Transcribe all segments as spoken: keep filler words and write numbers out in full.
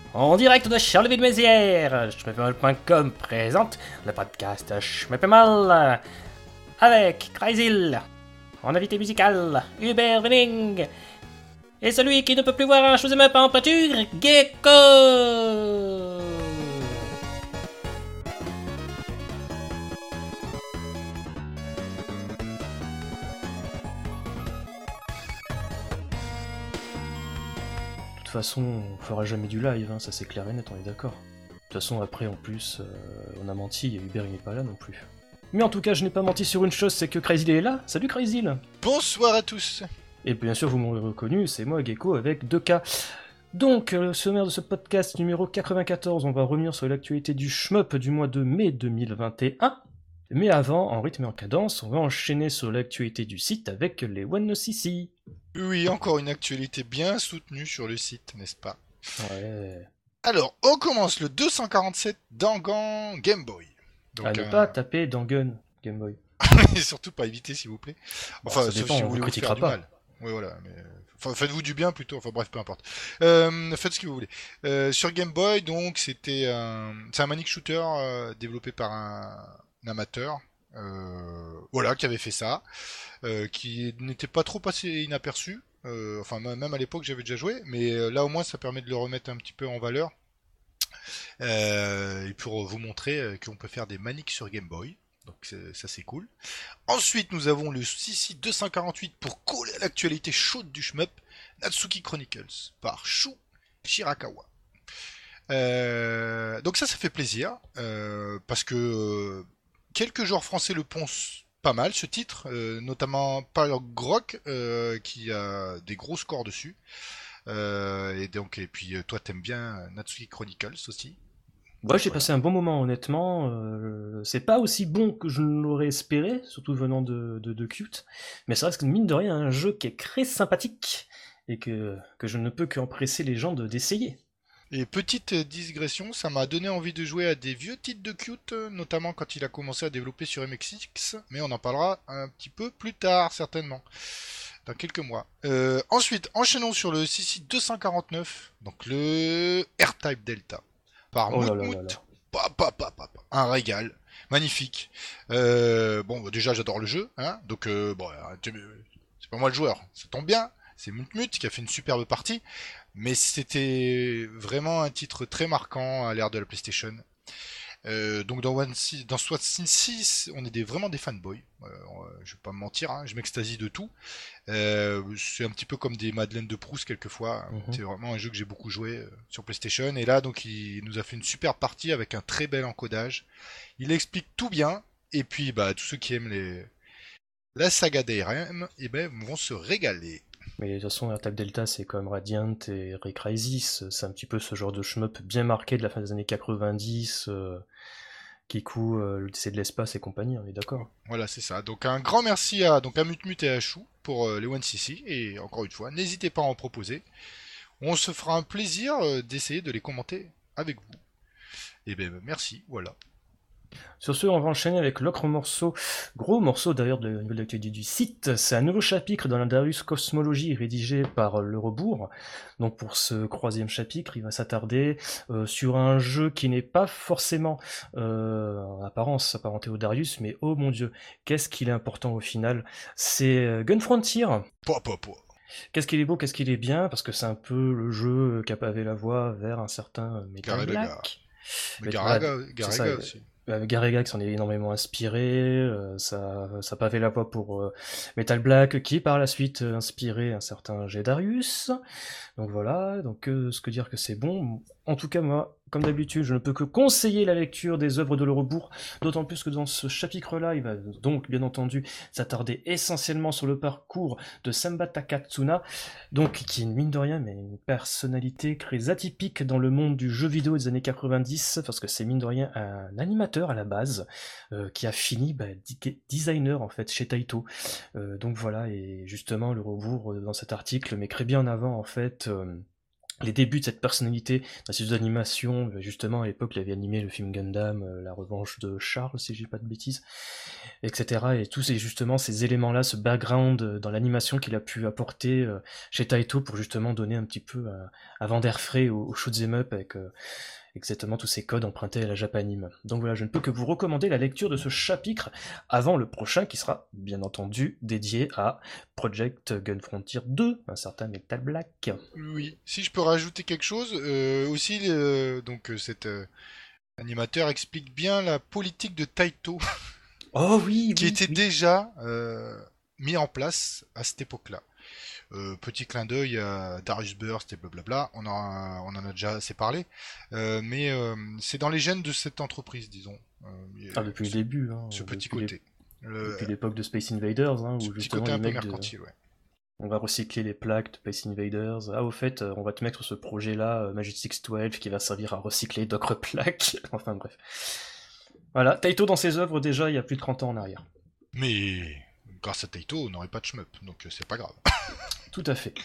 En direct de Charleville-Mézières, schmeppemal point com présente le podcast Schmeppemal avec Crazyl, en invité musical, Hubert Venning, et celui qui ne peut plus voir un shoot'em up en pâture, Gecko. De toute façon, on fera jamais du live, hein, ça c'est clair et net, on est d'accord. De toute façon, après, en plus, euh, on a menti, et Hubert il n'est pas là non plus. Mais en tout cas, je n'ai pas menti sur une chose, c'est que Crazyl est là. Salut Crazyl. Bonsoir à tous. Et bien sûr, vous m'aurez reconnu, c'est moi, Gecko, avec deux K. Donc, le sommaire de ce podcast numéro quatre-vingt-quatorze, on va revenir sur l'actualité du shmup du mois de mai deux mille vingt et un. Mais avant, en rythme et en cadence, on va enchaîner sur l'actualité du site avec les One C C. Oui, encore une actualité bien soutenue sur le site, n'est-ce pas? Ouais. Alors, on commence le deux cent quarante-sept Dangan Game Boy. Donc, à ne euh... pas taper Dangan Game Boy. Et surtout pas éviter, s'il vous plaît. Enfin, bon, ça dépend, si vous voulez vous faire du pas. Mal. Oui, voilà. Mais... Enfin, faites-vous du bien plutôt. Enfin, bref, peu importe. Euh, faites ce que vous voulez. Euh, sur Game Boy, donc, c'était un... C'est un manic shooter euh, développé par un, un amateur. Euh, voilà, qui avait fait ça. Euh, qui n'était pas trop passé inaperçu. Euh, enfin, même à l'époque, j'avais déjà joué. Mais euh, là, au moins, ça permet de le remettre un petit peu en valeur. Euh, et pour vous montrer euh, qu'on peut faire des maniques sur Game Boy. Donc ça c'est cool. Ensuite nous avons le C C deux cent quarante-huit pour coller à l'actualité chaude du shmup, Natsuki Chronicles par Shu Shirakawa. Euh, donc ça ça fait plaisir euh, parce que euh, quelques joueurs français le poncent pas mal ce titre, euh, notamment Power Grok euh, qui a des gros scores dessus. Euh, et donc et puis toi t'aimes bien Natsuki Chronicles aussi. Ouais, j'ai voilà. passé un bon moment, honnêtement. Euh, c'est pas aussi bon que je l'aurais espéré, surtout venant de, de, de Cute. Mais ça reste, mine de rien, un jeu qui est très sympathique et que, que je ne peux qu'empresser les gens de, d'essayer. Et petite digression, ça m'a donné envie de jouer à des vieux titres de Cute, notamment quand il a commencé à développer sur M X X, mais on en parlera un petit peu plus tard, certainement. Dans quelques mois. Euh, ensuite, enchaînons sur le C C deux cent quarante-neuf, donc le R-Type Delta. Par oh Moutmout, pa, pa, pa, pa, pa. Un régal, magnifique. Euh, bon, bah, déjà j'adore le jeu, hein, donc euh, bon, c'est pas moi le joueur, ça tombe bien, c'est Moutmout qui a fait une superbe partie, mais c'était vraiment un titre très marquant à l'ère de la PlayStation. Euh, donc dans One six, dans SWAT six, on est des, vraiment des fanboys. Euh, je vais pas me mentir, hein, je m'extasie de tout. Euh, c'est un petit peu comme des Madeleines de Proust quelquefois. Mm-hmm. C'est vraiment un jeu que j'ai beaucoup joué euh, sur PlayStation. Et là, donc, il nous a fait une super partie avec un très bel encodage. Il explique tout bien. Et puis, bah, tous ceux qui aiment les la saga d'A R M, eh ben, vont se régaler. Mais de toute façon, R-Type Delta, c'est comme Radiant et Re-Crysis, c'est un petit peu ce genre de shmup bien marqué de la fin des années quatre-vingt-dix, euh, Kiku, euh, l'Odyssée de l'espace et compagnie, on est d'accord. Voilà, c'est ça. Donc un grand merci à, donc à Mutmut et à Chou pour euh, les One C C, et encore une fois, n'hésitez pas à en proposer. On se fera un plaisir euh, d'essayer de les commenter avec vous. Et ben merci, voilà. Sur ce, on va enchaîner avec l'autre morceau, gros morceau d'ailleurs de la nouvelle actualité du site. C'est un nouveau chapitre dans la Darius Cosmology rédigé par Le Rebours. Donc pour ce troisième chapitre, il va s'attarder euh, sur un jeu qui n'est pas forcément euh, en apparence apparenté au Darius, mais oh mon dieu, qu'est-ce qu'il est important au final. C'est Gun Frontier. Pouah, pouah, pouah. Qu'est-ce qu'il est beau, qu'est-ce qu'il est bien, parce que c'est un peu le jeu qui a pavé la voie vers un certain Metal Black. Mais Garaga, Garaga aussi. Garaga qui s'en est énormément inspiré, euh, ça, ça pavait la voie pour euh, Metal Black qui par la suite euh, inspiré un certain Gedarius. Donc voilà, donc euh, ce que dire que c'est bon. En tout cas moi, comme d'habitude, je ne peux que conseiller la lecture des œuvres de Le Rebours, d'autant plus que dans ce chapitre-là, il va donc bien entendu s'attarder essentiellement sur le parcours de Samba Takatsuna, donc qui est mine de rien mais une personnalité très atypique dans le monde du jeu vidéo des années quatre-vingt-dix, parce que c'est mine de rien un animateur à la base, euh, qui a fini bah, designer en fait chez Taito. Euh, donc voilà, et justement Le Rebours dans cet article met très bien en avant en fait euh, les débuts de cette personnalité dans ses animations. Justement, à l'époque, il avait animé le film Gundam, euh, La Revanche de Charles, si je dis pas de bêtises, et cetera. Et tous ces, justement, ces éléments-là, ce background euh, dans l'animation qu'il a pu apporter euh, chez Taito pour justement donner un petit peu un, un vent d'air frais au, au shoot'em up avec euh, exactement tous ces codes empruntés à la Japanime. Donc voilà, je ne peux que vous recommander la lecture de ce chapitre avant le prochain qui sera bien entendu dédié à Project Gun Frontier deux, un certain Metal Black. Oui, si je peux rajouter quelque chose, euh, aussi, euh, donc euh, cet euh, animateur explique bien la politique de Taito, Oh oui, qui oui, était oui. déjà euh, mis en place à cette époque-là. Euh, petit clin d'œil à Darius Burst et blablabla, on en a, on en a déjà assez parlé, euh, mais euh, c'est dans les gènes de cette entreprise, disons, euh, il y a Ah, depuis le ce, début, hein, ce petit depuis les- côté. Le- depuis l'époque de Space Invaders, hein, ce où petit justement côté les un peu mecs de... mercantile, ouais. On va recycler les plaques de Space Invaders. Ah, au fait, euh, on va te mettre ce projet-là, euh, Magic six douze, qui va servir à recycler d'autres plaques. Enfin bref. Voilà, Taito dans ses œuvres déjà il y a plus de trente ans en arrière. Mais grâce à Taito, on n'aurait pas de shmup, donc euh, c'est pas grave. Tout à fait.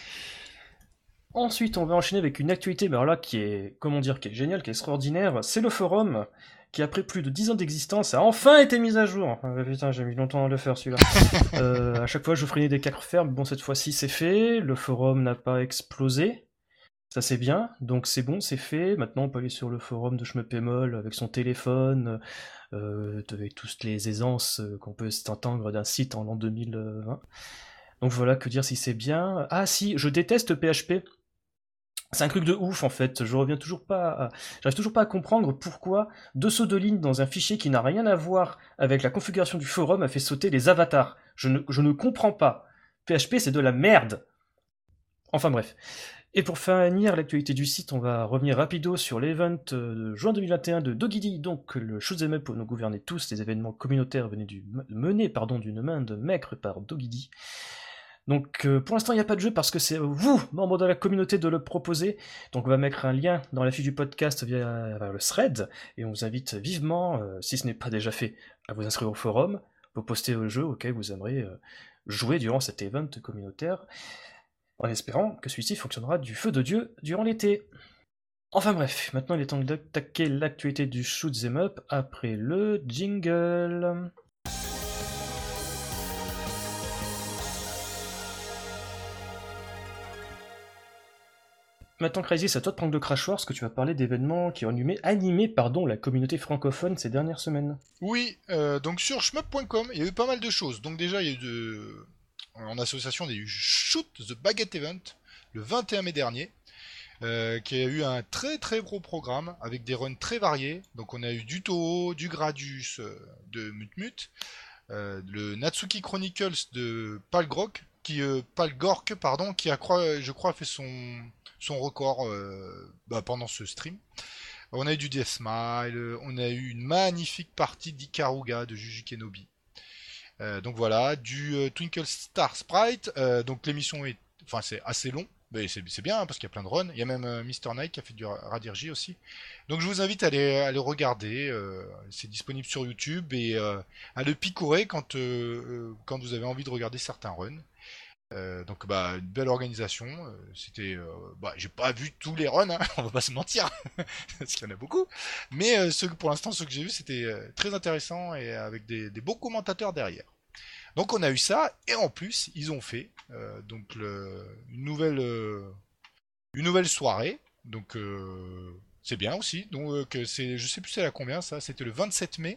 Ensuite, on va enchaîner avec une actualité, mais alors là, qui est, comment dire, qui est géniale, qui est extraordinaire. C'est le forum, qui après plus de dix ans d'existence, a enfin été mis à jour. Ah, putain, j'ai mis longtemps à le faire celui-là. euh, à chaque fois, je vous ferai des cas refaire, mais bon, cette fois-ci, c'est fait. Le forum n'a pas explosé. Ça, c'est bien. Donc, c'est bon, c'est fait. Maintenant, on peut aller sur le forum de Shmepémol avec son téléphone, euh, avec toutes les aisances euh, qu'on peut s'entendre d'un site en l'an deux mille vingt. Donc voilà, que dire si c'est bien. Ah si, je déteste P H P. C'est un truc de ouf en fait, je reviens toujours pas à... J'arrive toujours pas à comprendre pourquoi deux sauts de ligne dans un fichier qui n'a rien à voir avec la configuration du forum a fait sauter les avatars. Je ne, je ne comprends pas. P H P c'est de la merde. Enfin bref. Et pour finir l'actualité du site, on va revenir rapido sur l'event de juin deux mille vingt et un de Dogidi, donc le shoot'em up pour nous gouverner tous, les événements communautaires venus du, menés pardon, d'une main de maître par Dogidi. Donc euh, pour l'instant il n'y a pas de jeu parce que c'est vous, membres de la communauté, de le proposer. Donc on va mettre un lien dans la fiche du podcast via, via le thread et on vous invite vivement, euh, si ce n'est pas déjà fait, à vous inscrire au forum, vous poster au jeu auquel vous aimeriez euh, jouer durant cet event communautaire, en espérant que celui-ci fonctionnera du feu de Dieu durant l'été. Enfin bref, maintenant il est temps d'attaquer l'actualité du shoot'em up après le jingle. Maintenant, Crazy, c'est à toi de prendre le crachoir, parce que tu vas parler d'événements qui ont animé, animé pardon, la communauté francophone ces dernières semaines. Oui, euh, donc sur shmup point com, il y a eu pas mal de choses. Donc déjà, il y a eu de... en association, il y a eu Shoot the Baguette Event le vingt et un mai dernier, euh, qui a eu un très très gros programme avec des runs très variés. Donc on a eu du Toho, du Gradius, euh, de Mutmut, euh, le Natsuki Chronicles de Palgrok, qui euh, Palgork, pardon, qui a, je crois, a fait son son record euh, bah, pendant ce stream. On a eu du Death Smile, on a eu une magnifique partie d'Ikaruga de Juju Kenobi. Euh, donc voilà, du euh, Twinkle Star Sprite. Euh, donc l'émission est, enfin c'est assez long, mais c'est, c'est bien hein, parce qu'il y a plein de runs. Il y a même euh, Mister Knight qui a fait du Radirji aussi. Donc je vous invite à aller, à aller regarder. Euh, c'est disponible sur YouTube et euh, à le picorer quand, euh, quand vous avez envie de regarder certains runs. Euh, donc bah une belle organisation. Euh, c'était, euh, bah j'ai pas vu tous les runs, hein, on va pas se mentir, parce qu'il y en a beaucoup. Mais euh, ceux, pour l'instant, ceux que j'ai vus, c'était euh, très intéressant et avec des, des beaux commentateurs derrière. Donc on a eu ça et en plus ils ont fait euh, donc le, une nouvelle euh, une nouvelle soirée. Donc euh, c'est bien aussi. Donc euh, que c'est, je sais plus c'est à combien ça. C'était le vingt-sept mai.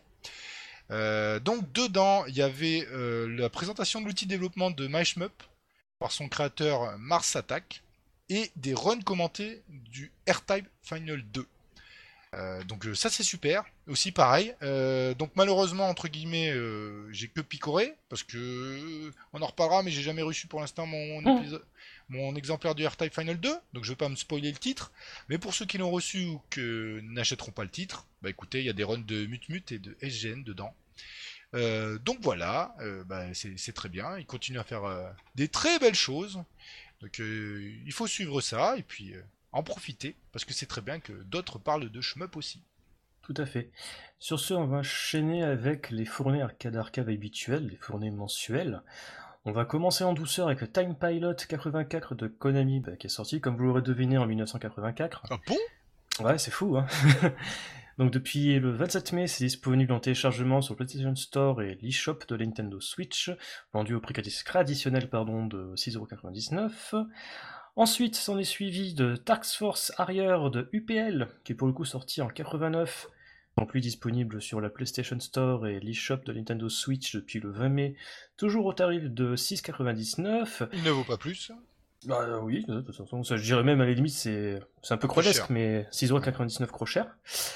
Euh, donc dedans il y avait euh, la présentation de l'outil de développement de MyShmup par son créateur Mars Attack et des runs commentés du R-Type Final deux. Euh, donc euh, ça c'est super, aussi pareil. Euh, donc malheureusement entre guillemets, euh, j'ai que picoré parce que euh, on en reparlera, mais j'ai jamais reçu pour l'instant mon épisode, mon exemplaire du R-Type Final deux, donc je vais pas me spoiler le titre. Mais pour ceux qui l'ont reçu ou que n'achèteront pas le titre, bah écoutez, il y a des runs de Mutmut et de S G N dedans. Euh, donc voilà, euh, bah, c'est, c'est très bien. Il continue à faire euh, des très belles choses. Donc euh, il faut suivre ça et puis euh, en profiter parce que c'est très bien que d'autres parlent de shmup aussi. Tout à fait. Sur ce, on va enchaîner avec les fournées arcade arcade habituelles, les fournées mensuelles. On va commencer en douceur avec le Time Pilot quatre-vingt-quatre de Konami, bah, qui est sorti, comme vous l'aurez deviné, en mille neuf cent quatre-vingt-quatre. Ah bon? Ouais, c'est fou, hein. Donc depuis le vingt-sept mai, c'est disponible en téléchargement sur le PlayStation Store et l'eShop de la Nintendo Switch, vendu au prix traditionnel pardon, de six euros quatre-vingt-dix-neuf. Ensuite, s'en est suivi de Task Force Harrier de U P L, qui est pour le coup sorti en quatre-vingt-neuf, donc lui disponible sur la PlayStation Store et l'eShop de Nintendo Switch depuis le vingt mai, toujours au tarif de six euros quatre-vingt-dix-neuf. Il ne vaut pas plus. Bah euh, oui, de toute façon, ça, je dirais même à la limite, c'est c'est un peu Trop crolesque, cher. mais six euros quatre-vingt-dix-neuf trop cher.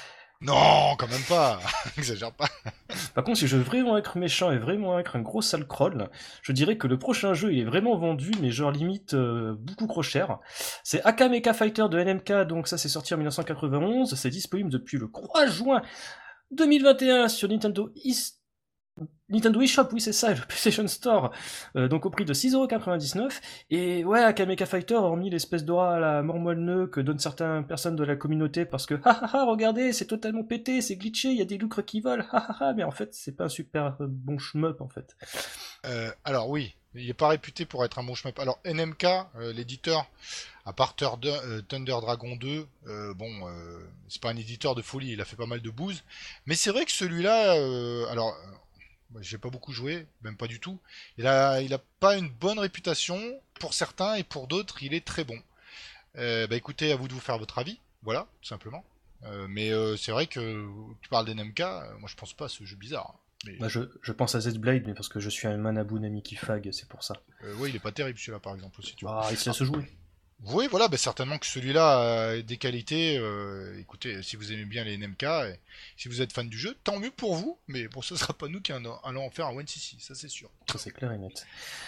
Non, quand même pas. Exagère pas. Par contre, si je veux vraiment être méchant et vraiment être un gros sale croll, je dirais que le prochain jeu, il est vraiment vendu, mais genre limite euh, beaucoup trop cher. C'est Aka Mecha Fighter de N M K, donc ça c'est sorti en mille neuf cent quatre-vingt-onze, c'est disponible depuis le trois juin deux mille vingt et un sur Nintendo East Nintendo eShop, oui c'est ça, le PlayStation Store, euh, donc au prix de six euros quatre-vingt-dix-neuf. Et ouais, Akameka Fighter, hormis l'espèce d'aura à la mormoneux que donnent certaines personnes de la communauté parce que, ah ah ah, regardez, c'est totalement pété, c'est glitché, il y a des lucres qui volent, ah ah ah, mais en fait, c'est pas un super bon shmup en fait. Euh, alors oui, il n'est pas réputé pour être un bon shmup. Alors N M K, euh, l'éditeur, à part Thunder, euh, Thunder Dragon deux, euh, bon, euh, c'est pas un éditeur de folie, il a fait pas mal de bouse. Mais c'est vrai que celui-là, euh, alors, euh, j'ai pas beaucoup joué, même pas du tout. Il a, il a pas une bonne réputation pour certains et pour d'autres, il est très bon. Euh, bah écoutez, à vous de vous faire votre avis, voilà, tout simplement. Euh, mais euh, c'est vrai que tu parles d'N M K, euh, moi je pense pas à ce jeu bizarre. Mais Bah, je, je pense à Z-Blade, mais parce que je suis un Manabu Namiki Fag, c'est pour ça. euh, ouais, il est pas terrible celui-là par exemple aussi, tu vois. Bah, il se Ah, laisse jouer. oui, voilà, bah, certainement que celui-là a des qualités. Euh, écoutez, si vous aimez bien les N M K, et si vous êtes fan du jeu, tant mieux pour vous. Mais bon, ce sera pas nous qui en- allons en faire un one C C, ça c'est sûr. Ça c'est clair et net.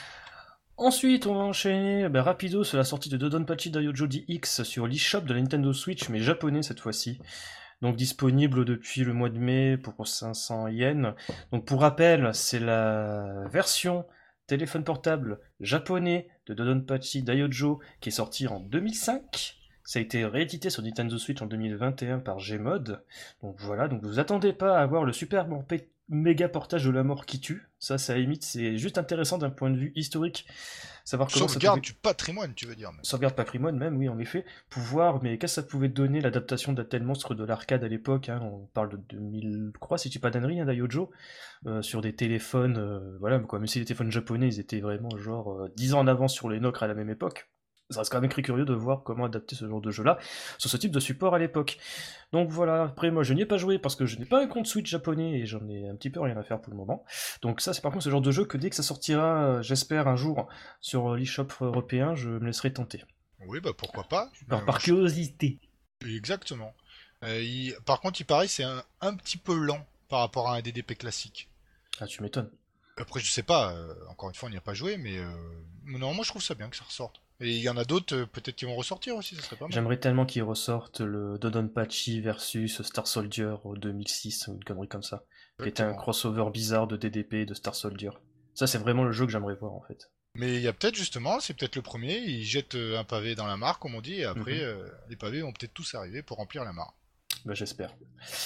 Ensuite, on va enchaîner ben, rapido sur la sortie de Dodonpachi Daiojo D X sur l'eShop de la Nintendo Switch, mais japonais cette fois-ci. Donc disponible depuis le mois de mai pour cinq cents yens. Donc pour rappel, c'est la version téléphone portable japonais de Dodonpachi Daiojo qui est sortie en deux mille cinq. Ça a été réédité sur Nintendo Switch en deux mille vingt et un par Gmod. Donc voilà, donc vous attendez pas à avoir le super bon p- méga portage de la mort qui tue. Ça, ça limite, c'est juste intéressant d'un point de vue historique. Savoir comment ça Sauvegarde pouvait... du patrimoine, tu veux dire. Même. Sauvegarde patrimoine même, oui, en effet. Pouvoir, mais qu'est-ce que ça pouvait donner l'adaptation d'un tel monstre de l'arcade à l'époque, hein, on parle de deux mille, je crois, si tu dis pas d'annerie, hein, Daiojo, euh, sur des téléphones, euh, voilà, quoi, même si les téléphones japonais, ils étaient vraiment genre euh, dix ans en avance sur les nôtres à la même époque. Ça reste quand même très curieux de voir comment adapter ce genre de jeu-là sur ce type de support à l'époque. Donc voilà, après moi je n'y ai pas joué parce que je n'ai pas un compte Switch japonais et j'en ai un petit peu rien à faire pour le moment. Donc ça c'est par contre ce genre de jeu que dès que ça sortira, euh, j'espère un jour sur l'eShop européen, je me laisserai tenter. Oui, bah pourquoi pas. Par, Euh, moi, par curiosité. je- Exactement. Euh, il- Par contre, il paraît que c'est un... un petit peu lent par rapport à un D D P classique. Ah tu m'étonnes. Après, je sais pas, euh, encore une fois, on n'y a pas joué, mais euh... non, moi je trouve ça bien que ça ressorte. Et il y en a d'autres, euh, peut-être qui vont ressortir aussi, ça serait pas mal. J'aimerais tellement qu'ils ressortent le Dodonpachi versus Star Soldier deux mille six ou une connerie comme ça. Qui était un Exactement. crossover bizarre de D D P et de Star Soldier. Ça c'est vraiment le jeu que j'aimerais voir en fait. Mais il y a peut-être justement, c'est peut-être le premier, ils jettent euh, un pavé dans la mare, comme on dit, et après, Mhm. euh, les pavés vont peut-être tous arriver pour remplir la mare. Bah, j'espère.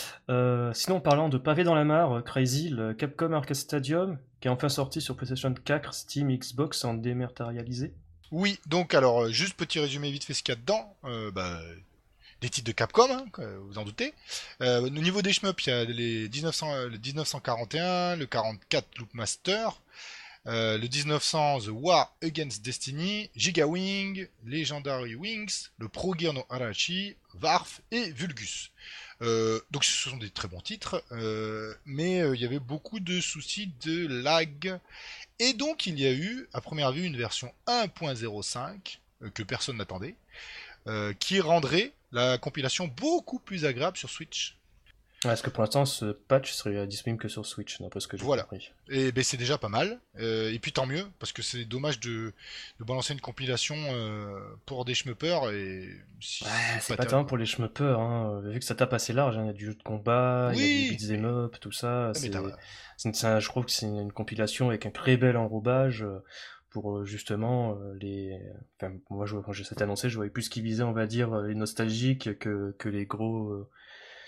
Euh, sinon, parlant de pavé dans la mare, Crazy, le Capcom Arcade Stadium, qui est enfin sorti sur PlayStation quatre, Steam, Xbox en dématérialisé. Oui, donc alors, euh, juste petit résumé vite fait ce qu'il y a dedans. Euh, bah, des titres de Capcom, hein, vous vous en doutez. Euh, au niveau des shmups, il y a les mille neuf cents, euh, le dix-neuf cent quarante et un, le quarante-quatre Loopmaster, euh, le mille neuf cents The War Against Destiny, Giga Wing, Legendary Wings, le Pro Gear no Arashi, Varf et Vulgus. Euh, donc ce sont des très bons titres, euh, mais euh, il y avait beaucoup de soucis de lag. Et donc il y a eu, à première vue, une version un point zéro cinq euh, que personne n'attendait, euh, qui rendrait la compilation beaucoup plus agréable sur Switch. Ouais, parce que pour l'instant, ce patch serait disponible que sur Switch, d'après ce que j'ai Voilà. compris. Et ben c'est déjà pas mal. Euh, et puis tant mieux, parce que c'est dommage de, de balancer une compilation euh, pour des shmuppers et si Ouais, c'est pas pas terrible, tellement quoi. pour les shmuppers, hein. Vu que ça tape assez large, hein. Il y a du jeu de combat, il y a du Oui, beat'em mais, up, tout ça. mais t'as- C'est, c'est, c'est un- je trouve que c'est une, une compilation avec un très bel enrobage euh, pour euh, justement euh, les. Enfin, moi, je, quand j'ai cet annoncé, je voyais plus ce qui visait, on va dire, euh, les nostalgiques que, que les gros, euh,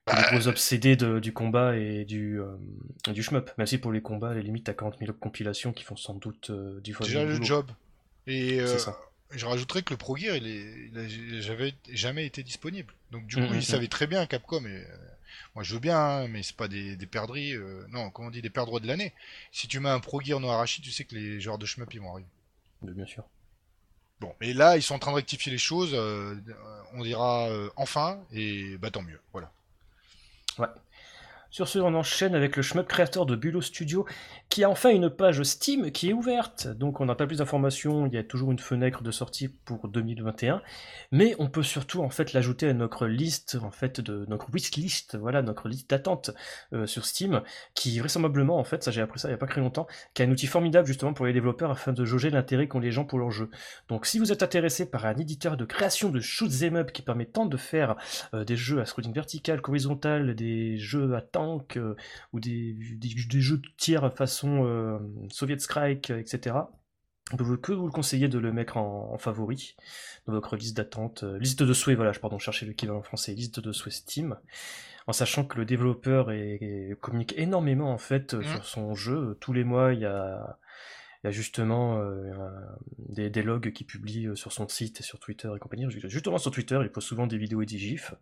que les Bah, gros obsédés de- du combat et du, euh, du shmup. Même si pour les combats, à la limite, t'as quarante mille compilations qui font sans doute euh, dix fois mieux déjà le le boulot. job. Et C'est euh, ça. je rajouterais que le Pro Gear, il est, il a j'avais jamais été disponible. Donc du Hum, coup, hum, ils hum. savaient très bien Capcom. Et, euh, moi, je veux bien, hein, mais c'est pas des, des perdrix. euh, non, comment on dit, des perdreaux de l'année. Si tu mets un Pro Gear no Arashi, tu sais que les joueurs de shmup ils vont arriver. Mais bien sûr. Bon, et là, ils sont en train de rectifier les choses. euh, on dira euh, enfin, et bah tant mieux. Voilà. Ouais. Sur ce, on enchaîne avec le shmup créateur de Bulo Studio, qui a enfin une page Steam qui est ouverte. Donc on n'a pas plus d'informations, il y a toujours une fenêtre de sortie pour deux mille vingt et un, mais on peut surtout en fait l'ajouter à notre liste, en fait, de notre wishlist, voilà, notre liste d'attente euh, sur Steam, qui vraisemblablement, en fait, ça j'ai appris ça il n'y a pas très longtemps, qui est un outil formidable justement pour les développeurs afin de jauger l'intérêt qu'ont les gens pour leur jeu. Donc si vous êtes intéressé par un éditeur de création de shoot 'em up qui permet tant de faire euh, des jeux à scrolling vertical, horizontal, des jeux à tank, euh, ou des, des, des jeux de tir façon euh, Soviet Strike, euh, et cetera. On peut que vous le conseiller de le mettre en, en favori dans votre liste d'attente, euh, liste de souhaits, voilà, je pardon, chercher l'équivalent français, liste de souhaits Steam, en sachant que le développeur est, est- communique énormément en fait euh, Hmm. sur son jeu. Tous les mois, il y a, il y a justement euh, un- des, des logs qu'il publie euh, sur son site et sur Twitter et compagnie. Justement sur Twitter, il poste souvent des vidéos et des gifs.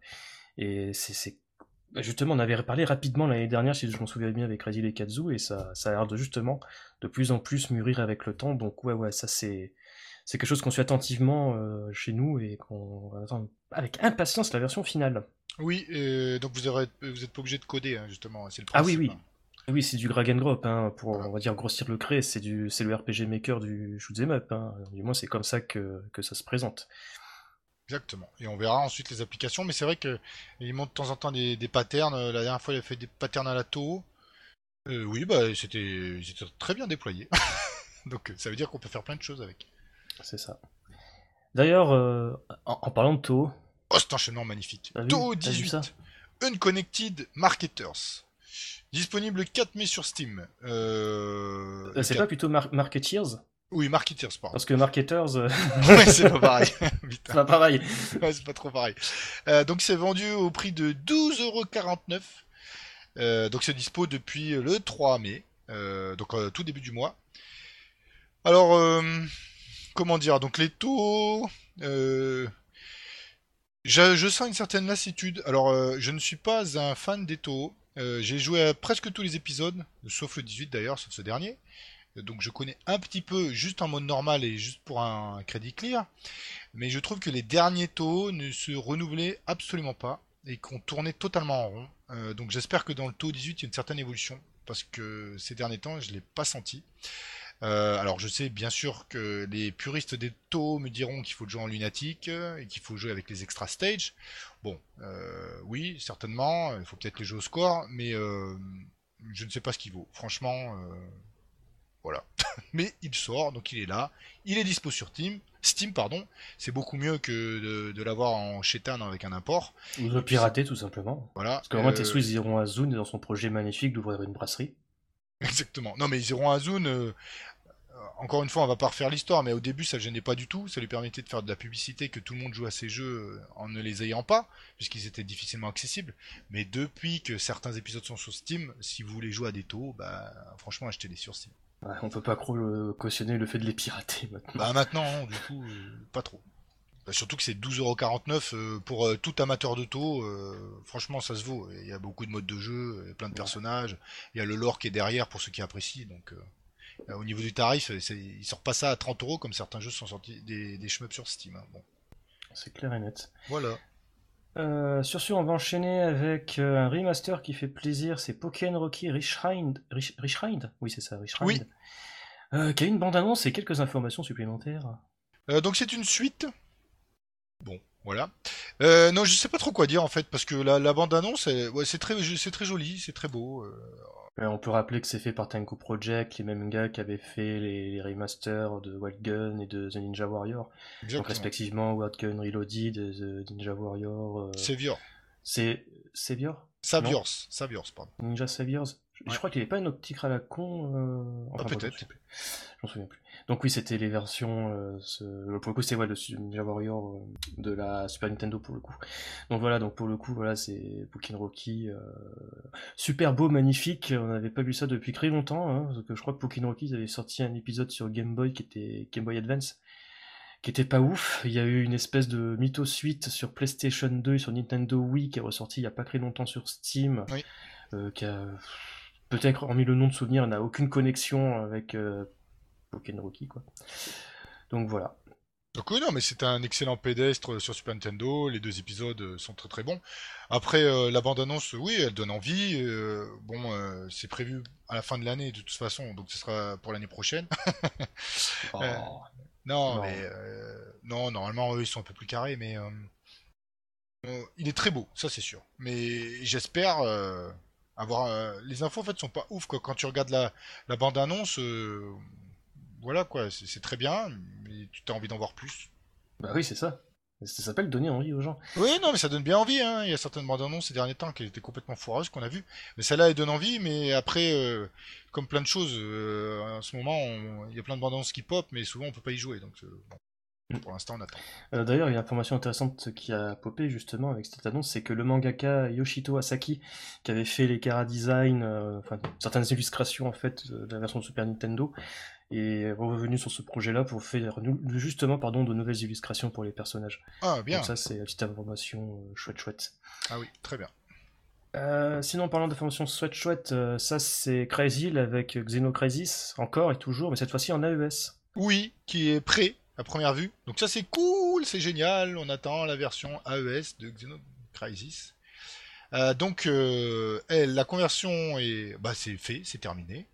Et c'est c'est- bah, justement, on avait parlé rapidement l'année dernière, si je m'en souviens bien, avec Radil et Kazu, et ça, ça a l'air de justement de plus en plus mûrir avec le temps. Donc ouais, ouais, ça c'est c'est quelque chose qu'on suit attentivement euh, chez nous et qu'on attend avec impatience la version finale. Oui, euh, donc vous aurez, vous êtes pas obligé de coder, hein, justement, c'est le Ah oui, principe. oui. Hein. Oui, c'est du drag and drop, hein, pour Voilà. on va dire grossir le trait, c'est du c'est le R P G Maker du shoot'em up, hein. Du moins c'est comme ça que, que ça se présente. Exactement. Et on verra ensuite les applications, mais c'est vrai que il montre de temps en temps des, des patterns. La dernière fois, il a fait des patterns à la Toho. Euh, oui, bah c'était c'était très bien déployé. Donc ça veut dire qu'on peut faire plein de choses avec. C'est ça. D'ailleurs, euh, en, en parlant de Toho, Oh, cet enchaînement magnifique. t'as vu, Toho t'as vu ça? dix-huit. Unconnected Marketers. Disponible le quatre mai sur Steam. Euh, Euh, le C'est pas quatre. plutôt Mar Marketeers? Oui, Marketers, pardon. Parce que Marketers, euh, Ouais, c'est pas pareil. c'est Putain. pas pareil. Ouais, c'est pas trop pareil. Euh, donc c'est vendu au prix de douze euros quarante-neuf. Euh, donc c'est dispo depuis le trois mai. Euh, donc euh, tout début du mois. Alors, euh, comment dire, donc les taux, euh, je, je sens une certaine lassitude. Alors, euh, je ne suis pas un fan des taux. Euh, j'ai joué à presque tous les épisodes, sauf le dix-huit d'ailleurs, sauf ce dernier. Donc je connais un petit peu, juste en mode normal et juste pour un crédit clear. Mais je trouve que les derniers taux ne se renouvelaient absolument pas et qu'on tournait totalement en rond. Euh, donc j'espère que dans le taux dix-huit, il y a une certaine évolution. Parce que ces derniers temps, je ne l'ai pas senti. Euh, alors je sais bien sûr que les puristes des taux me diront qu'il faut jouer en lunatique euh, et qu'il faut jouer avec les extra stage. Bon, euh, oui, certainement, il faut peut-être les jouer au score, mais euh, je ne sais pas ce qu'il vaut. Franchement, euh, voilà. Mais il sort, donc il est là. Il est dispo sur Steam. Steam, pardon. C'est beaucoup mieux que de, de l'avoir en chétan avec un import. Ou de Et le puis c'est- pirater, tout simplement. voilà. Parce que vraiment, Euh, Tetsu, ils iront à Zune dans son projet magnifique d'ouvrir une brasserie. exactement. Non mais ils iront à Zune. euh, Encore une fois, on va pas refaire l'histoire, mais au début, ça le gênait pas du tout. Ça lui permettait de faire de la publicité, que tout le monde joue à ses jeux euh, en ne les ayant pas, puisqu'ils étaient difficilement accessibles. Mais depuis que certains épisodes sont sur Steam, si vous voulez jouer à des taux, bah franchement, achetez-les sur Steam. Ouais, on peut pas trop le- cautionner le fait de les pirater maintenant. Bah maintenant, non, du coup, euh, pas trop. Bah, surtout que c'est douze euros quarante-neuf euh, pour euh, tout amateur de taux. euh, franchement, ça se vaut. Il y a beaucoup de modes de jeu, il y a plein de Ouais, personnages. Il y a le lore qui est derrière pour ceux qui apprécient. Donc, euh, au niveau du tarif, c'est, il sort pas ça à trente euros comme certains jeux sont sortis des, des shmups sur Steam. Hein. Bon, c'est clair et net. voilà. Euh, sur ce, on va enchaîner avec euh, un remaster qui fait plaisir, c'est Pokémon Rocky Reshrined. Rech- Reshrined Oui, c'est ça, Oui. Reshrined. Euh, qui a une bande-annonce et quelques informations supplémentaires. Euh, donc c'est une suite. Bon, voilà. Euh, non, je sais pas trop quoi dire en fait parce que la, la bande annonce, ouais, c'est très, c'est très joli, c'est très beau. euh. Euh, on peut rappeler que c'est fait par Tenku Project, les mêmes gars qui avaient fait les, les remasters de Wild Gun et de The Ninja Warrior. Donc Exactement. respectivement Wild Gun Reloaded, The Ninja Warrior. Euh... Savior. C'est Savior? Non? Saviors. Saviors, pardon. Ninja Saviors? Je, Ouais. je crois qu'il n'y avait pas une autre titre à la con. Euh... Ah, Enfin, bon, je peut-être. sais plus. Je m'en souviens plus. Donc oui, c'était les versions. Euh, ce... Pour le coup, c'était ouais, le Su- Ninja Warrior euh, de la Super Nintendo pour le coup. Donc voilà, donc pour le coup, voilà, c'est Pokémon Rocky. Euh... Super beau, magnifique. On n'avait pas vu ça depuis très longtemps. Hein, parce que je crois que Pokémon Rocky ils avaient sorti un épisode sur Game Boy qui était Game Boy Advance qui était pas ouf. Il y a eu une espèce de mytho suite sur PlayStation deux et sur Nintendo Wii qui est ressorti il y a pas très longtemps sur Steam, Oui. euh, qui a peut-être, hormis le nom de souvenir, n'a aucune connexion avec euh, Pokémon Rocky, quoi. Donc voilà. Donc oui, non, mais c'est un excellent pédestre sur Super Nintendo. Les deux épisodes euh, sont très très bons. Après, euh, la bande-annonce, oui, elle donne envie. Euh, bon, euh, c'est prévu à la fin de l'année de toute façon, donc ce sera pour l'année prochaine. Euh, Oh, non, mais non. euh, non, normalement, eux, ils sont un peu plus carrés, mais euh, euh, il est très beau, ça c'est sûr. Mais j'espère euh, avoir euh, les infos en fait sont pas ouf quoi. Quand tu regardes la, la bande-annonce, euh, voilà quoi, c'est c'est très bien, mais tu as envie d'en voir plus. Bah oui, c'est ça. Ça s'appelle donner envie aux gens. Oui, non, mais ça donne bien envie, hein. Il y a certaines bandes annonces ces derniers temps qui étaient complètement foireuses qu'on a vu. Mais celle-là, elle donne envie, mais après, euh, comme plein de choses, euh, en ce moment, on- il y a plein de bandes annonces qui pop, mais souvent on peut pas y jouer. Donc, euh, bon, pour l'instant, on attend. Euh, D'ailleurs, il y a une information intéressante qui a popé justement avec cette annonce, c'est que le mangaka Yoshito Asaki, qui avait fait les Kara Design, euh, enfin certaines illustrations en fait de la version de Super Nintendo, est revenu sur ce projet-là pour faire nou- justement pardon de nouvelles illustrations pour les personnages. Ah, Donc bien. ça c'est la petite information euh, chouette chouette. Ah oui, très bien. Euh, sinon, en parlant d'informations chouette chouette, euh, ça c'est Crazy avec Xenocrisis encore et toujours, mais cette fois-ci en A E S. Oui, qui est prêt à première vue. Donc ça, c'est cool, c'est génial. On attend la version A E S de Xenocrisis. Euh, donc, euh, elle, la conversion est, bah, c'est fait, c'est terminé.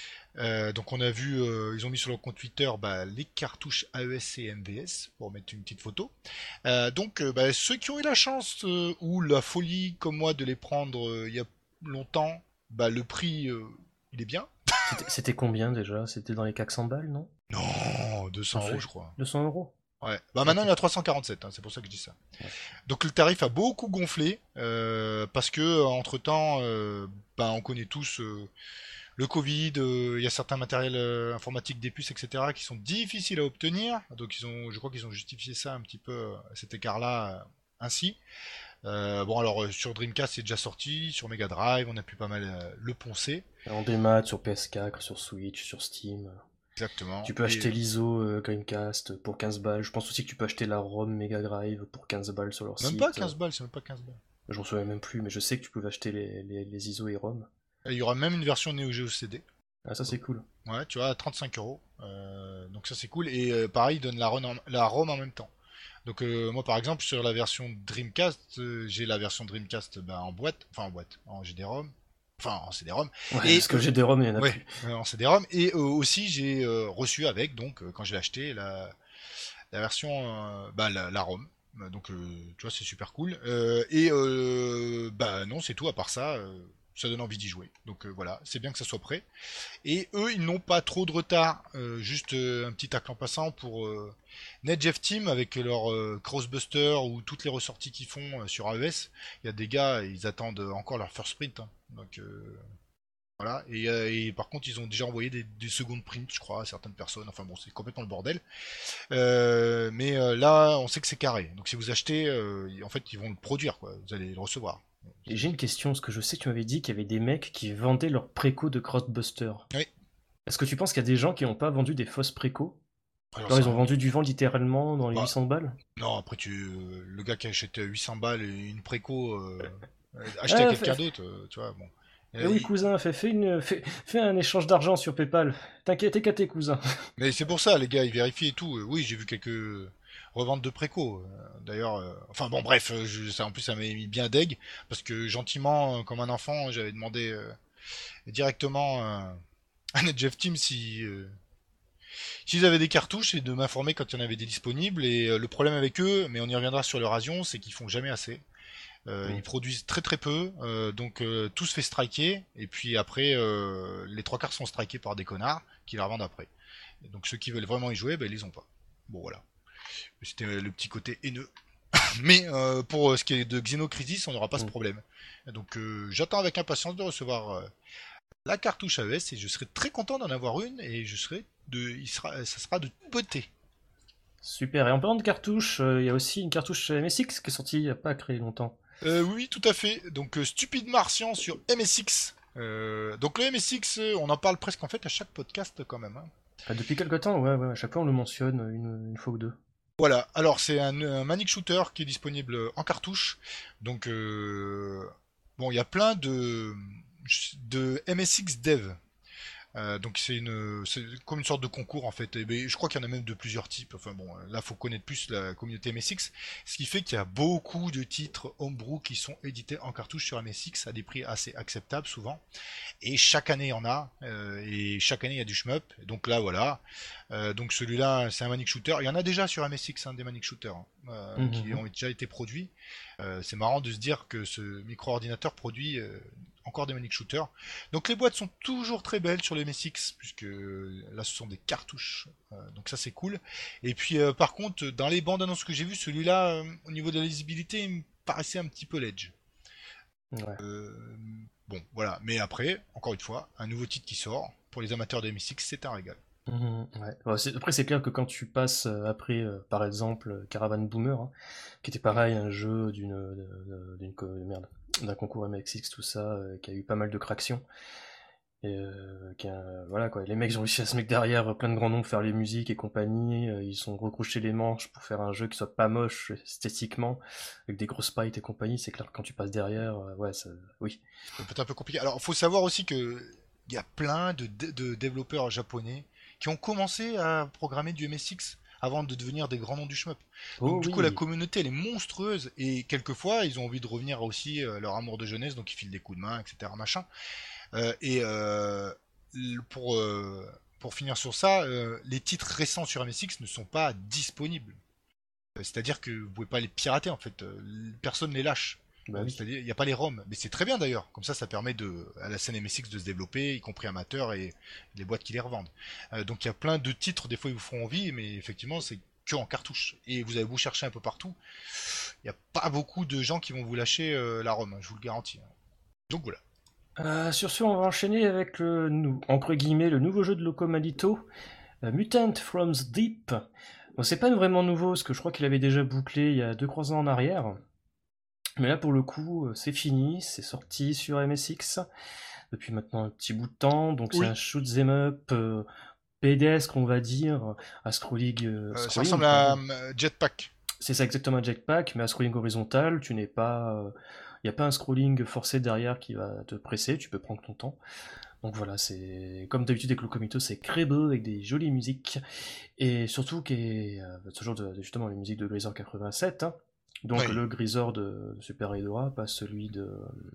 Euh, donc on a vu, euh, ils ont mis sur leur compte Twitter bah, les cartouches A E S et M V S pour mettre une petite photo. Euh, donc euh, bah, ceux qui ont eu la chance euh, ou la folie comme moi de les prendre euh, il y a longtemps, bah, le prix euh, il est bien. C'était c'était combien déjà? C'était dans les quatre cents balles, non? Non, On deux cents euros fait je crois. deux cents euros? Ouais. Bah maintenant Ok. il y a trois cent quarante-sept, hein, c'est pour ça que je dis ça. Ouais. Donc le tarif a beaucoup gonflé euh, parce que entre temps, euh, bah, on connaît tous euh, le Covid, euh, il y a certains matériels euh, informatiques, des puces, et cetera qui sont difficiles à obtenir. Donc ils ont, je crois qu'ils ont justifié ça un petit peu, euh, cet écart-là, euh, ainsi. Euh, bon alors euh, sur Dreamcast c'est déjà sorti, sur Mega Drive on a pu pas mal euh, le poncer. En démat, sur P S quatre, sur Switch, sur Steam. Exactement. Tu peux Et acheter l'I S O euh, Dreamcast pour quinze balles. Je pense aussi que tu peux acheter la ROM Mega Drive pour quinze balles sur leur même pas site. quinze balles, c'est même pas quinze balles. Je m'en souviens même plus, mais je sais que tu pouvais acheter les, les, les I S O et ROM. Et il y aura même une version Neo Geo C D. Ah, ça c'est cool. Ouais, tu vois, à trente-cinq euros. Euh, donc ça c'est cool. Et euh, pareil, ils donnent la ROM, en, la ROM en même temps. Donc euh, moi par exemple sur la version Dreamcast, euh, j'ai la version Dreamcast bah, en boîte, enfin en boîte, en G D ROM, enfin en C D ROM. Ouais, Et parce que euh, j'ai des ROM, il y en a ouais, plus. euh, en C D ROM. Et euh, aussi j'ai euh, reçu avec, donc euh, quand je l'ai acheté, la, la version, euh, bah la, la ROM. Euh, Donc euh, tu vois c'est super cool. Euh, et euh, bah non c'est tout à part ça. euh, ça donne envie d'y jouer. Donc euh, voilà, c'est bien que ça soit prêt. Et eux, ils n'ont pas trop de retard. Euh, juste euh, un petit tacle en passant pour euh, NetJeff Team avec leur euh, Crossbuster ou toutes les ressorties qu'ils font euh, sur A E S. Il y a des gars, ils attendent encore leur first print. Hein. Donc euh, voilà. Et, euh, et par contre, ils ont déjà envoyé des, des secondes prints, je crois, à certaines personnes. Enfin bon, c'est complètement le bordel. Euh, mais euh, là, on sait que c'est carré. Donc si vous achetez, euh, en fait, ils vont le produire, quoi. Vous allez le recevoir. Et j'ai une question, parce que je sais que tu m'avais dit qu'il y avait des mecs qui vendaient leurs préco de Crossbuster. Oui. Est-ce que tu penses qu'il y a des gens qui n'ont pas vendu des fausses préco? Alors Genre ça, ils ont vendu du vent littéralement dans les bah, huit cents balles? non, après tu, euh, le gars qui achète huit cents balles et une préco, euh, euh, acheter à Ah, quelqu'un fait- d'autre, euh, tu vois, bon. eh Euh, oui il- cousin, fais, fais, une, fais, fais un échange d'argent sur PayPal. T'inquiète, t'es qu'à tes cousins. Mais c'est pour ça, les gars, ils vérifient et tout. Euh, Oui, j'ai vu quelques reventes de préco. euh, D'ailleurs, euh, enfin bon, bref, euh, je- ça en plus ça m'a mis bien deg parce que gentiment, euh, comme un enfant, j'avais demandé euh, directement euh, à NetJeff Team si euh, s'ils avaient des cartouches et de m'informer quand il y en avait des disponibles. Et euh, le problème avec eux, mais on y reviendra sur le Rasion, c'est qu'ils font jamais assez. Euh, Mm. Ils produisent très très peu, euh, donc euh, tout se fait striker, et puis après, euh, les trois quarts sont strikés par des connards qui les revendent après. Et donc ceux qui veulent vraiment y jouer, ben, ils les ont pas. Bon voilà. C'était le petit côté haineux. Mais euh, pour euh, ce qui est de Xenocrisis, on n'aura pas ce Mm. problème. Donc euh, j'attends avec impatience de recevoir euh, la cartouche A E S et je serai très content d'en avoir une et je serai de, il sera, ça sera de beauté. Super. Et en parlant de cartouches, euh, il y a aussi une cartouche M S X qui est sortie il n'y a pas très longtemps. Euh, oui, tout à fait. Donc, euh, Stupide Martian sur M S X. Euh, donc, le M S X, euh, on en parle presque en fait à chaque podcast quand même, hein. Ah, depuis quelque temps, ouais, ouais, à chaque fois on le mentionne une, une fois ou deux. Voilà, alors c'est un, un Manic Shooter qui est disponible en cartouche. Donc, euh, bon, il y a plein de, de M S X Dev. Euh, donc c'est une, c'est comme une sorte de concours en fait. Et ben, je crois qu'il y en a même de plusieurs types. Enfin bon, là faut connaître plus la communauté M S X, ce qui fait qu'il y a beaucoup de titres homebrew qui sont édités en cartouche sur M S X à des prix assez acceptables souvent. Et chaque année il y en a, euh, et chaque année il y a du shmup. Donc là voilà. Euh, donc celui-là c'est un Manic Shooter. Il y en a déjà sur M S X hein, des Manic Shooters hein, euh, qui Mhm. ont déjà été produits. Euh, c'est marrant de se dire que ce micro-ordinateur produit euh, encore des Manic Shooters. Donc les boîtes sont toujours très belles sur les M S X, puisque là ce sont des cartouches. Euh, donc ça c'est cool. Et puis euh, par contre, dans les bandes annonces que j'ai vues, celui-là, euh, au niveau de la lisibilité, il me paraissait un petit peu ledge. Ouais. Euh, bon, voilà. Mais après, encore une fois, un nouveau titre qui sort. Pour les amateurs de M S X, c'est un régal. Mhm, ouais. Bon, c'est- après, c'est clair que quand tu passes euh, après, euh, par exemple, euh, Caravan Boomer, hein, qui était Mm. pareil, un jeu d'une, de- de- d'une co- merde, d'un concours M S X, tout ça, euh, qui a eu pas mal de craction. Et euh, qui a- voilà quoi, les mecs ont réussi à se mettre derrière euh, plein de grands noms, faire les musiques et compagnie. euh, ils sont recrochés les manches pour faire un jeu qui soit pas moche esthétiquement, avec des grosses sprites et compagnie. C'est clair que quand tu passes derrière, euh, ouais, ça, oui. Ça peut être un peu compliqué. Alors, faut savoir aussi que il y a plein de, dé- de développeurs japonais qui ont commencé à programmer du M S X avant de devenir des grands noms du shmup. Oh Donc du coup la oui. communauté elle est monstrueuse et quelquefois ils ont envie de revenir aussi euh, leur amour de jeunesse donc ils filent des coups de main etc machin. Euh, et euh, pour euh, pour finir sur ça, euh, les titres récents sur M S X ne sont pas disponibles. Euh, C'est-à-dire que vous pouvez pas les pirater en fait, euh, personne ne les lâche. Bah Euh, oui. C'est-à-dire il n'y a pas les ROM, mais c'est très bien d'ailleurs. Comme ça, ça permet de, à la scène M S X de se développer, y compris amateurs et les boîtes qui les revendent. Euh, donc il y a plein de titres, des fois ils vous feront envie, mais effectivement c'est que en cartouche. Et vous avez beau chercher un peu partout, il n'y a pas beaucoup de gens qui vont vous lâcher euh, la ROM, je vous le garantis. Donc voilà. Euh, sur ce, on va enchaîner avec le, nou- entre guillemets, le nouveau jeu de Loco Malito, euh, Mutant from the Deep. Bon, c'est pas vraiment nouveau, parce que je crois qu'il avait déjà bouclé il y a deux trois ans en arrière. Mais là, pour le coup, euh, c'est fini, c'est sorti sur M S X depuis maintenant un petit bout de temps. Donc c'est un Oui, shoot 'em up euh, pédestre, on va dire, à scrolling, euh, euh, ça scrolling, ressemble à pardon. euh, Jetpack. C'est ça exactement un jetpack, mais à scrolling horizontal, tu n'es pas, il n'y a pas un scrolling forcé derrière qui va te presser, tu peux prendre ton temps. Donc voilà, c'est comme d'habitude avec Locomito, c'est très beau avec des jolies musiques et surtout qui est euh, toujours de, justement les musiques de Grisor quatre-vingt-sept, hein. Donc Oui, le Grisor de Super Hedora, pas celui de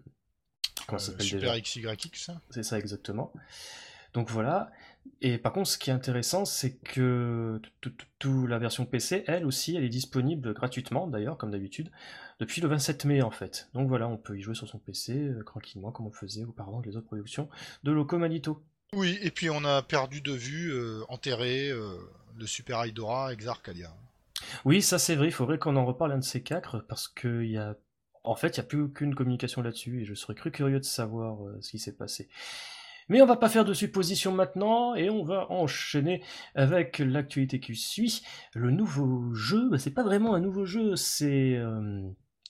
comment ça euh, s'appelle Super déjà? X Y X. C'est ça exactement. Donc voilà. Et par contre, ce qui est intéressant, c'est que tout- tout- tout- la version P C, elle aussi, elle est disponible gratuitement, d'ailleurs, comme d'habitude, depuis le vingt-sept mai en fait. Donc voilà, on peut y jouer sur son P C euh, tranquillement, comme on faisait auparavant avec les autres productions de Loco Manito. Oui, et puis on a perdu de vue, euh, enterré, euh, le Super Aidora Exarcadia. Oui, ça c'est vrai, il faudrait qu'on en reparle un de ces quatre, parce qu'il y a. En fait, il n'y a plus aucune communication là-dessus, et je serais cru curieux de savoir euh, ce qui s'est passé. Mais on va pas faire de suppositions maintenant, et on va enchaîner avec l'actualité qui suit. Le nouveau jeu, bah, c'est pas vraiment un nouveau jeu, c'est euh,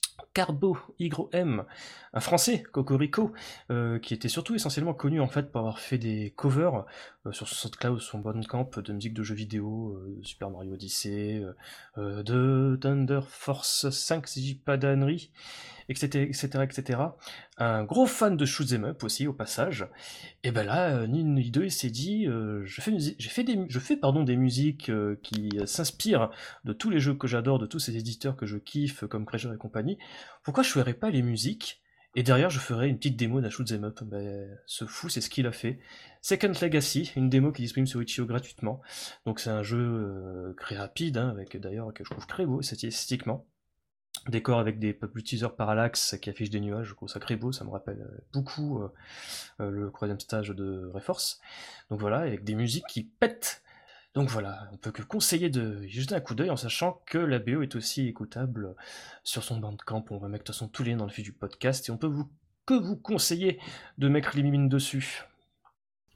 Carbo Hygro M, un français, Cocorico, euh, qui était surtout essentiellement connu en fait pour avoir fait des covers euh, sur son SoundCloud, son Bandcamp de musique de jeux vidéo, euh, de Super Mario Odyssey, euh, euh, de Thunder Force cinq si j'ai pas d'ânerie, et cetera, et cetera, et cetera. Un gros fan de shoot'em up aussi au passage. Et ben là, euh, ni une ni deux, il s'est dit, euh, je fais, musi- j'ai fait des, je fais pardon des musiques euh, qui euh, s'inspirent de tous les jeux que j'adore, de tous ces éditeurs que je kiffe, comme Treasure et compagnie. Pourquoi je ferais pas les musiques et derrière je ferais une petite démo d'un shoot'em up? Ben, ce fou, c'est ce qu'il a fait. Second Legacy, une démo qui est disponible sur itch point io gratuitement. Donc c'est un jeu euh, très rapide, hein, avec d'ailleurs que je trouve très beau esthétiquement. Décor avec des plus teasers parallaxe qui affichent des nuages, je trouve ça très beau, ça me rappelle euh, beaucoup euh, euh, le troisième stage de Reforce. Donc voilà, avec des musiques qui pètent. Donc voilà, on peut que conseiller de y jeter un coup d'œil en sachant que la B O est aussi écoutable sur son Bandcamp. On va mettre de toute façon tous les liens dans le fil du podcast et on peut vous que vous conseiller de mettre les mimines dessus.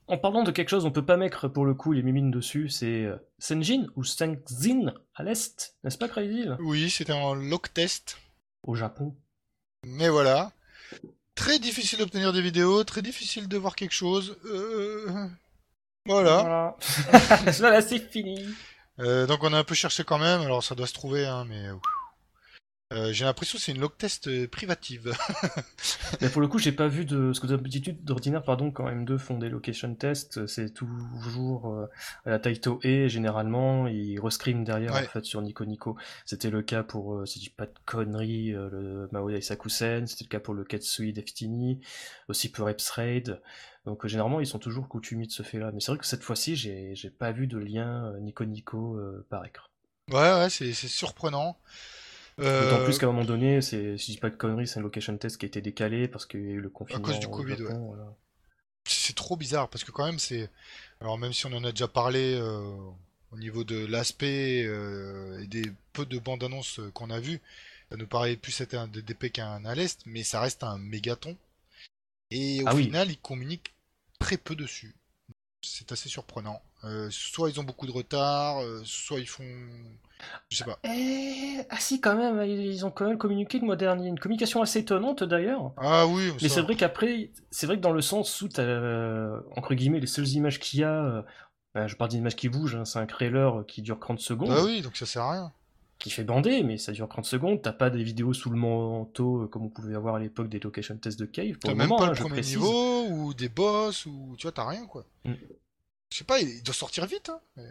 En parlant de quelque chose, on peut pas mettre pour le coup les mimines dessus, c'est euh, Senjin ou Sengzin à l'est, n'est-ce pas Crazy là Oui, c'était en lock test. Au Japon. Mais voilà. Très difficile d'obtenir des vidéos, très difficile de voir quelque chose. Euh... Voilà. Voilà. Voilà, c'est fini. Euh, donc on a un peu cherché quand même, alors ça doit se trouver, hein, mais... Euh, j'ai l'impression que c'est une log test euh, privative. Mais pour le coup, j'ai pas vu de. Ce que d'habitude, d'ordinaire, pardon, quand M deux font des location tests, c'est toujours euh, à la Taito E, généralement, ils rescream derrière, en Ouais, fait, sur Nico Nico. C'était le cas pour, euh, si je dis pas de conneries, euh, le Maoya Isakusen, c'était le cas pour le Ketsui Destiny, aussi pour Reps Raid. Donc, euh, généralement, ils sont toujours coutumiers de ce fait-là. Mais c'est vrai que cette fois-ci, j'ai j'ai pas vu de lien euh, Nico Nico euh, par écran. ouais, ouais, c'est c'est surprenant. D'autant plus Euh, qu'à un moment donné, c'est, si je dis pas de conneries, c'est un location test qui a été décalé parce qu'il y a eu le à cause du confinement au Covid, ouais. Japon. Voilà. C'est trop bizarre parce que quand même c'est. Alors même si on en a déjà parlé euh, au niveau de l'aspect euh, et des peu de bandes annonces euh, qu'on a vues, ça nous paraît plus être un D D P qu'un à l'Est, mais ça reste un mégaton. Et au Ah oui. final, ils communiquent très peu dessus. C'est assez surprenant. Euh, soit ils ont beaucoup de retard, euh, soit ils font. Je sais pas. Eh, ah si, quand même, ils ont quand même communiqué le mois dernier. Une communication assez étonnante d'ailleurs. Ah oui, mais Mais c'est ça. vrai qu'après, c'est vrai que dans le sens où t'as, euh, entre guillemets, les seules images qu'il y a, euh, ben, je parle d'images qui bougent, hein, c'est un trailer qui dure trente Bah secondes, oui, donc ça sert à rien. qui fait bander, mais ça dure trente secondes. T'as pas des vidéos sous le manteau euh, comme on pouvait avoir à l'époque des location tests de Cave, pour T'as le même pas moment, le hein, je premier précise. niveau, ou des boss, ou tu vois, t'as rien quoi. Mm. Je sais pas, il il doit sortir vite, hein. mais-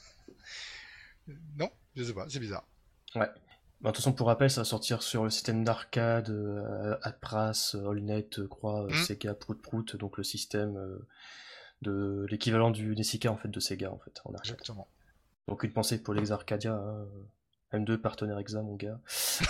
Non, je sais pas, c'est bizarre. Ouais. Bah, de toute façon, pour rappel, ça va sortir sur le système d'arcade, euh, Atras, Allnet, euh, Croix, euh, Hmm, Sega, Prout Prout, donc le système euh, de l'équivalent du Nessica en fait de Sega en fait en arcade. exactement. Donc une pensée pour les Arcadia, hein. M deux partenaire exa mon gars.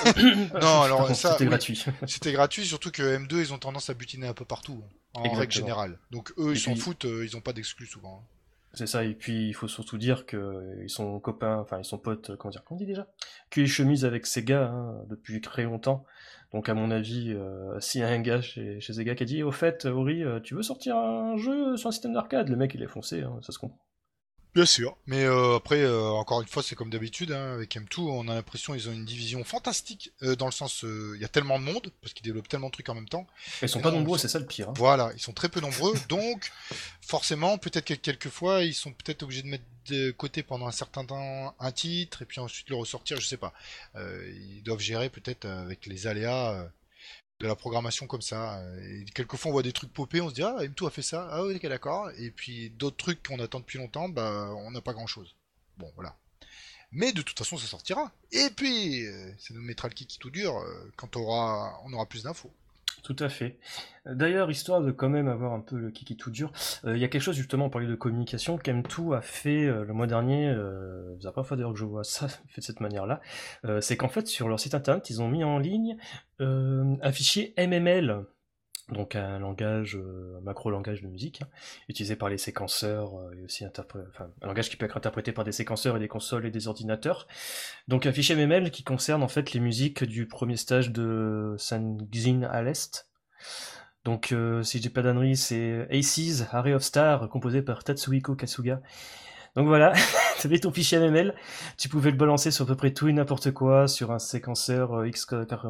Non, Par alors contre, ça, c'était oui, gratuit. c'était gratuit, surtout que M deux, ils ont tendance à butiner un peu partout, hein, en règle Exactement. générale. Donc eux, ils Et s'en puis foutent, euh, ils ont pas d'exclus souvent, hein. c'est ça, et puis il faut surtout dire que euh, ils sont copains, enfin ils sont potes, comment dire, comment on dit déjà? Cul et chemise avec Sega hein, depuis très longtemps. Donc à mon avis, euh, s'il y a un gars chez, chez Sega qui a dit au fait, Ori, euh, tu veux sortir un jeu sur un système d'arcade? Le mec il est foncé, hein, ça se comprend. Bien sûr. Mais euh, après, euh, encore une fois, c'est comme d'habitude, hein, avec M deux, on a l'impression qu'ils ont une division fantastique, euh, dans le sens, euh, il y a tellement de monde, parce qu'ils développent tellement de trucs en même temps. Ils sont Et pas non, ils nombreux, sont... c'est ça le pire. Hein. Voilà, ils sont très peu nombreux, donc forcément, peut-être que quelques fois, ils sont peut-être obligés de mettre de côté pendant un certain temps un titre, et puis ensuite le ressortir, je sais pas. Euh, ils doivent gérer peut-être avec les aléas euh, de la programmation comme ça. Et quelquefois, on voit des trucs popper, on se dit ah, M deux a fait ça, ah oui, ok, d'accord. Et puis d'autres trucs qu'on attend depuis longtemps, bah, on n'a pas grand-chose. Bon, voilà. Mais de toute façon, ça sortira. Et puis, euh, ça nous mettra le kiki tout dur euh, quand on aura, on aura plus d'infos. Tout à fait. D'ailleurs, histoire de quand même avoir un peu le kiki tout dur, euh, il y a quelque chose justement, on parlait de communication, qu'M deux a fait euh, le mois dernier, euh, c'est la première fois d'ailleurs que je vois ça fait de cette manière-là, euh, c'est qu'en fait sur leur site internet, ils ont mis en ligne euh, un fichier M M L, donc un langage, euh, un macro-langage de musique, hein, utilisé par les séquenceurs, euh, et aussi interpré- enfin, un langage qui peut être interprété par des séquenceurs et des consoles et des ordinateurs. Donc un fichier M M L qui concerne en fait les musiques du premier stage de Sanxin à l'Est. Donc euh, si je dis pas d'annerie, c'est Aces, Array of Stars, composé par Tatsuhiko Kasuga. Donc voilà, tu avais ton fichier M M L, tu pouvais le balancer sur à peu près tout et n'importe quoi, sur un séquenceur euh, X,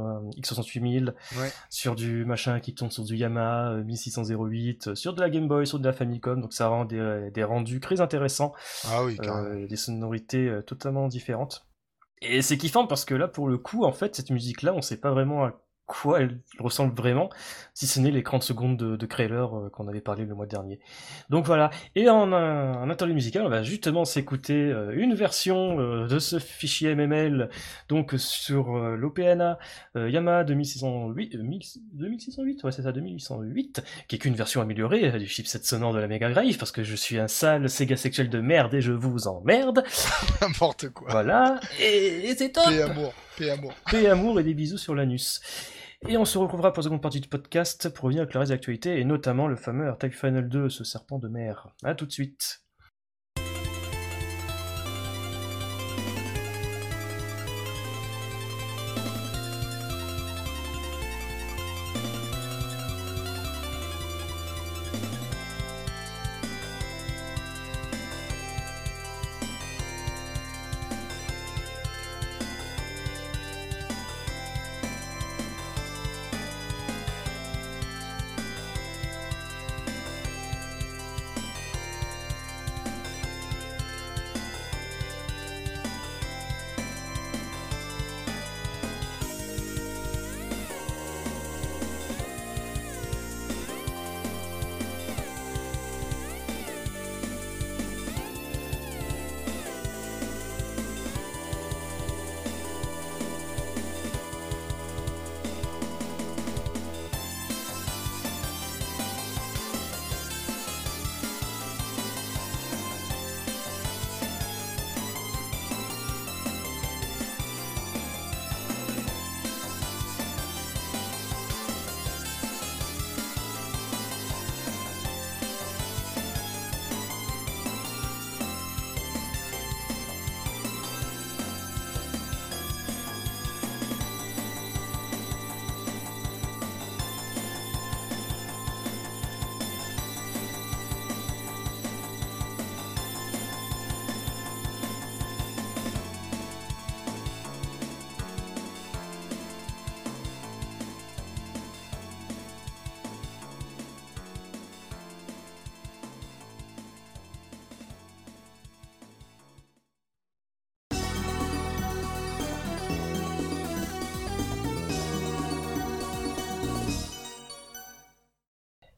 X soixante-huit mille, Ouais. sur du machin qui tourne sur du Yamaha euh, mille six cents huit, euh, sur de la Game Boy, sur de la Famicom, donc ça rend des, des rendus très intéressants, Ah oui, carrément. euh, des sonorités euh, totalement différentes. Et c'est kiffant parce que là, pour le coup, en fait, cette musique-là, on sait pas vraiment à quoi elle ressemble vraiment, si ce n'est les trente secondes de, de trailer euh, qu'on avait parlé le mois dernier. Donc voilà. Et en, un- en interlude musical, on va justement s'écouter euh, une version euh, de ce fichier M M L, donc sur euh, l'O P N A euh, Yamaha deux mille six cent huit, euh, mille- deux mille six cent huit, ouais c'est ça, deux mille huit cent huit, qui est qu'une version améliorée euh, du chipset sonore de la Mega Drive, parce que je suis un sale Sega sexuel de merde et je vous emmerde. N'importe quoi. Voilà, et, et c'est top. Paix amour, paix amour. Paix et amour et des bisous sur l'anus. Et on se retrouvera pour la seconde partie du podcast pour revenir avec le reste de l'actualité, et notamment le fameux R-Type Final deux, ce serpent de mer. A tout de suite.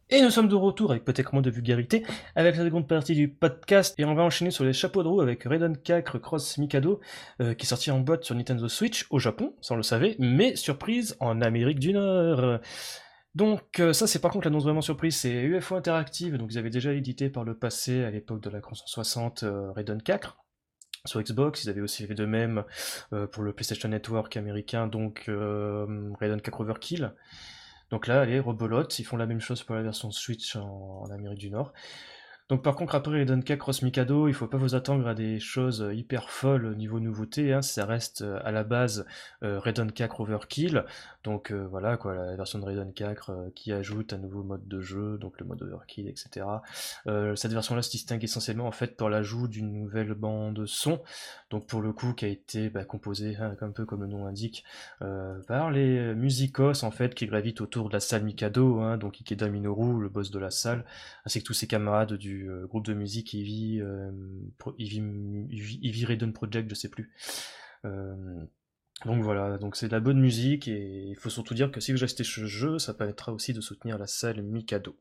Et nous sommes de retour avec peut-être moins de vulgarité, avec la seconde partie du podcast, et on va enchaîner sur les chapeaux de roue avec Raiden quatre Cross Mikado, euh, qui est sorti en boîte sur Nintendo Switch au Japon, ça on le savait, mais surprise en Amérique du Nord. Donc euh, ça c'est par contre l'annonce vraiment surprise, c'est U F O Interactive, donc ils avaient déjà édité par le passé, à l'époque de la trois cent soixante, euh, Raiden quatre. Sur Xbox, ils avaient aussi fait de même euh, pour le PlayStation Network américain, donc euh, Raiden quatre Overkill. Donc là, allez, rebolote, ils font la même chose pour la version Switch en, en Amérique du Nord. Donc par contre, après les Donka Cross Mikado, il faut pas vous attendre à des choses hyper folles au niveau nouveauté, hein. Ça reste euh, à la base euh, Raiden quatre Overkill, donc euh, voilà quoi, la version de Raiden quatre euh, qui ajoute un nouveau mode de jeu, donc le mode Overkill, et cetera. Euh, cette version-là se distingue essentiellement en fait par l'ajout d'une nouvelle bande son, donc pour le coup qui a été bah, composée, hein, un peu comme le nom l'indique, euh, par les musicos en fait qui gravitent autour de la salle Mikado, hein, donc Ikeda Minoru, le boss de la salle, ainsi que tous ses camarades du euh, groupe de musique Eevee, euh, Eevee, Eevee, Eevee Raiden Project, je sais plus. Euh, donc voilà, donc c'est de la bonne musique et il faut surtout dire que si vous achetez ce jeu, ça permettra aussi de soutenir la salle Mikado.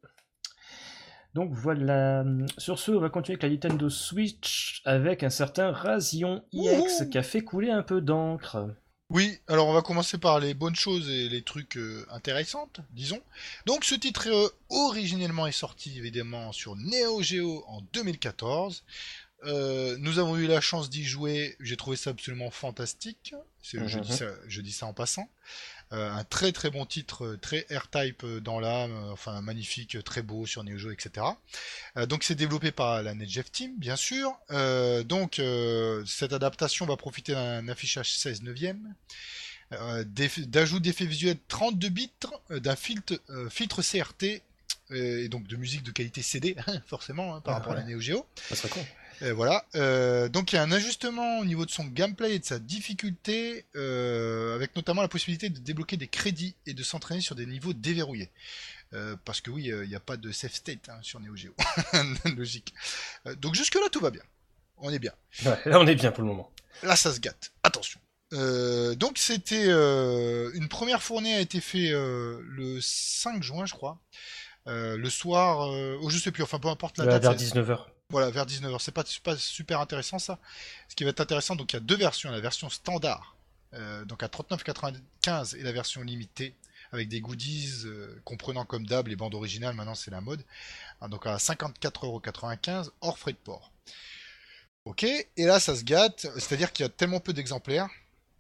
Donc voilà, sur ce, on va continuer avec la Nintendo Switch avec un certain Razion E X Wouhou. qui a fait couler un peu d'encre. Oui, alors on va commencer par les bonnes choses et les trucs euh, intéressantes, disons. Donc ce titre euh, originellement est sorti évidemment sur Neo Geo en deux mille quatorze. Euh, nous avons eu la chance d'y jouer, j'ai trouvé ça absolument fantastique. C'est- Je dis Mhm. ça, je dis ça en passant. Euh, un très très bon titre, euh, très R-Type euh, dans l'âme, euh, enfin magnifique, euh, très beau sur Neo Geo, et cetera. Euh, donc c'est développé par la NetJeff Team, bien sûr. Euh, donc euh, cette adaptation va profiter d'un affichage seize neuvième, euh, d'ajout d'effets visuels trente-deux bits, euh, d'un filtre, euh, filtre C R T, euh, et donc de musique de qualité C D, forcément, hein, par Ah rapport à ouais, la Neo Geo. ça serait con. Et voilà. Euh, donc il y a un ajustement au niveau de son gameplay et de sa difficulté, euh, avec notamment la possibilité de débloquer des crédits et de s'entraîner sur des niveaux déverrouillés. Euh, parce que oui, il euh, n'y a pas de save state hein, sur Neo Geo. Logique. Euh, donc jusque-là, tout va bien. On est bien. Ouais, là on est bien pour le moment. Là, ça se gâte. Attention. Euh, donc c'était euh, une première fournée a été faite euh, le cinq juin, je crois. Euh, le soir, euh, oh, je sais plus, enfin peu importe la Là, date, vers c'est dix-neuf heures. voilà, vers dix-neuf heures. C'est pas, c'est pas super intéressant ça. Ce qui va être intéressant, donc il y a deux versions. La version standard, euh, donc à trente-neuf quatre-vingt-quinze, et la version limitée, avec des goodies euh, comprenant comme d'hab les bandes originales, maintenant c'est la mode. Ah, donc à cinquante-quatre euros quatre-vingt-quinze hors frais de port. Ok, et là ça se gâte, c'est-à-dire qu'il y a tellement peu d'exemplaires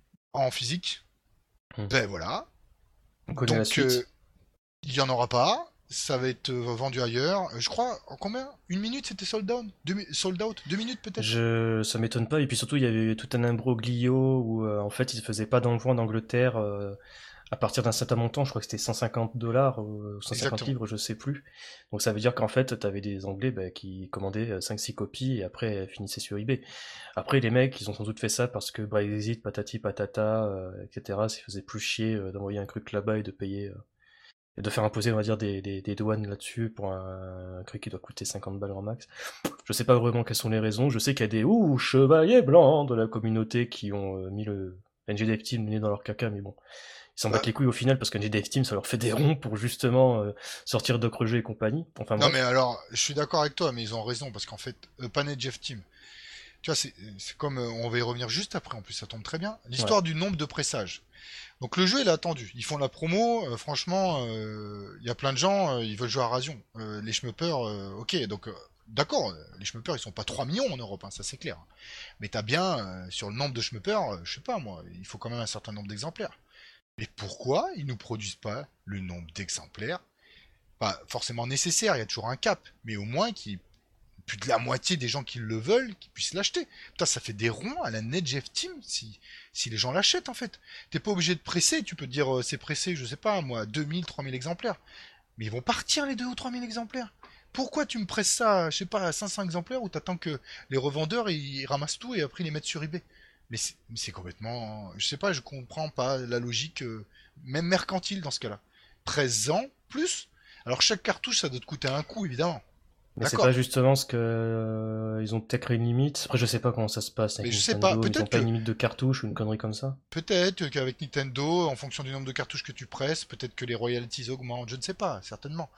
en physique. Hmm. Ben voilà. On connaît la Donc suite. euh, il y en aura pas. Ça va être euh, vendu ailleurs. Euh, Je crois, en combien? Une minute c'était sold out? Deux, mi- sold out? Deux minutes peut-être? Je, ça m'étonne pas. Et puis surtout, il y avait eu tout un imbroglio où euh, en fait, ils ne faisaient pas d'envoi en Angleterre euh, à partir d'un certain montant. Je crois que c'était cent cinquante dollars ou cent cinquante Exactement. livres, je sais plus. Donc ça veut dire qu'en fait, t'avais des Anglais bah, qui commandaient cinq six copies et après elles finissaient sur eBay. Après, les mecs, ils ont sans doute fait ça parce que Brexit, patati patata, euh, et cetera. Ça faisait plus chier euh, d'envoyer un truc là-bas et de payer. Euh, et de faire imposer, on va dire, des, des, des douanes là-dessus pour un, un truc qui doit coûter cinquante balles en max. Je sais pas vraiment quelles sont les raisons. Je sais qu'il y a des ouh chevaliers blancs de la communauté qui ont euh, mis le N G D F Team né dans leur caca, mais bon, ils s'en Bah, battent les couilles au final parce que N G D F Team ça leur fait des ronds pour justement euh, sortir d'autres jeux et compagnie. Enfin non mais bref. alors, je suis d'accord avec toi, mais ils ont raison, parce qu'en fait, euh, Panet Jeff Team, tu vois, c'est c'est comme, euh, on va y revenir juste après, en plus ça tombe très bien, Ouais. l'histoire du nombre de pressages. Donc le jeu il est attendu, ils font la promo, euh, franchement, euh, il y a plein de gens, euh, ils veulent jouer à Rasion. Euh, les schmuppers, euh, ok, donc... euh, D'accord, euh, les schmuppers ils sont pas trois millions en Europe, hein, ça c'est clair. Mais t'as bien, euh, sur le nombre de schmuppers, euh, je sais pas moi, il faut quand même un certain nombre d'exemplaires. Mais pourquoi ils nous produisent pas le nombre d'exemplaires? Pas forcément nécessaire, il y a toujours un cap, mais au moins qu'il y ait plus de la moitié des gens qui le veulent, qui puissent l'acheter. Putain, ça fait des ronds à la NetJeff Team si, si les gens l'achètent en fait. T'es pas obligé de presser, tu peux te dire euh, c'est pressé, je sais pas moi, deux mille, trois mille exemplaires. Mais ils vont partir les deux ou trois mille exemplaires. Pourquoi tu me presses ça, je sais pas, à cinq cents exemplaires ou t'attends que les revendeurs ils ramassent tout et après ils les mettent sur eBay? Mais c'est mais c'est complètement. Je sais pas, je comprends pas la logique, euh, même mercantile dans ce cas-là. treize ans, plus. Alors chaque cartouche ça doit te coûter un coup évidemment. Mais c'est pas D'accord. justement ce que euh, ils ont peut-être une limite. Après je sais pas comment ça se passe avec Mais je sais pas, Nintendo, mais ils ont peut-être pas une que limite de cartouches ou une connerie comme ça. peut-être qu'avec Nintendo, en fonction du nombre de cartouches que tu presses, peut-être que les royalties augmentent, je ne sais pas, certainement.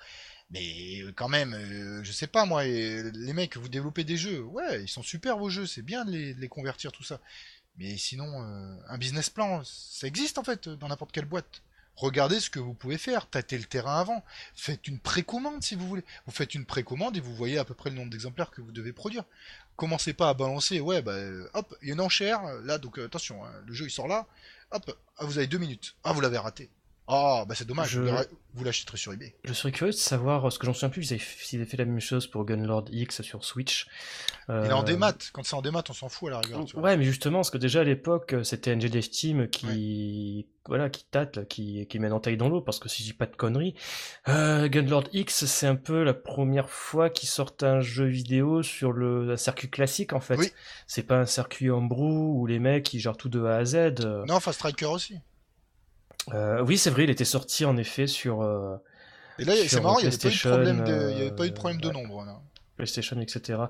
Mais euh, quand même, euh, je sais pas moi, et les mecs, vous développez des jeux, ouais, ils sont super vos jeux, c'est bien de les, de les convertir, tout ça. Mais sinon, euh, un business plan, ça existe en fait dans n'importe quelle boîte. Regardez ce que vous pouvez faire, tâtez le terrain avant. Faites une précommande si vous voulez. Vous faites une précommande et vous voyez à peu près le nombre d'exemplaires que vous devez produire. Commencez pas à balancer, ouais, bah euh, hop, il y a une enchère, là, donc euh, attention, hein, le jeu il sort là, hop, ah, vous avez deux minutes. Ah, vous l'avez raté. Ah, bah c'est dommage, vous Je, l'achèterez vous l'achèterez sur eBay. je serais curieux de savoir, euh, ce que j'en souviens plus, s'ils avaient s'ils avaient fait la même chose pour Gunlord X sur Switch. Il est en Euh, démat, quand c'est en démat, on s'en fout à la rigueur, tu vois. Ouais, mais justement, parce que déjà à l'époque, euh, c'était N G Dev Team Ouais. qui, voilà, qui tâte, là, qui, qui mène en taille dans l'eau, parce que si je dis pas de conneries, euh, Gunlord X, c'est un peu la première fois qu'ils sortent un jeu vidéo sur le un circuit classique, en Oui, fait. C'est pas un circuit homebrew où les mecs, ils gèrent tout de A à Z. euh. non, Fast Striker aussi. Euh, oui, c'est vrai, il était sorti, en effet, sur, euh, Et là, c'est sur euh, marrant, il n'y avait pas eu de PlayStation, problème de, il y avait pas eu de euh, problème de ouais, nombre, là. PlayStation, et cetera.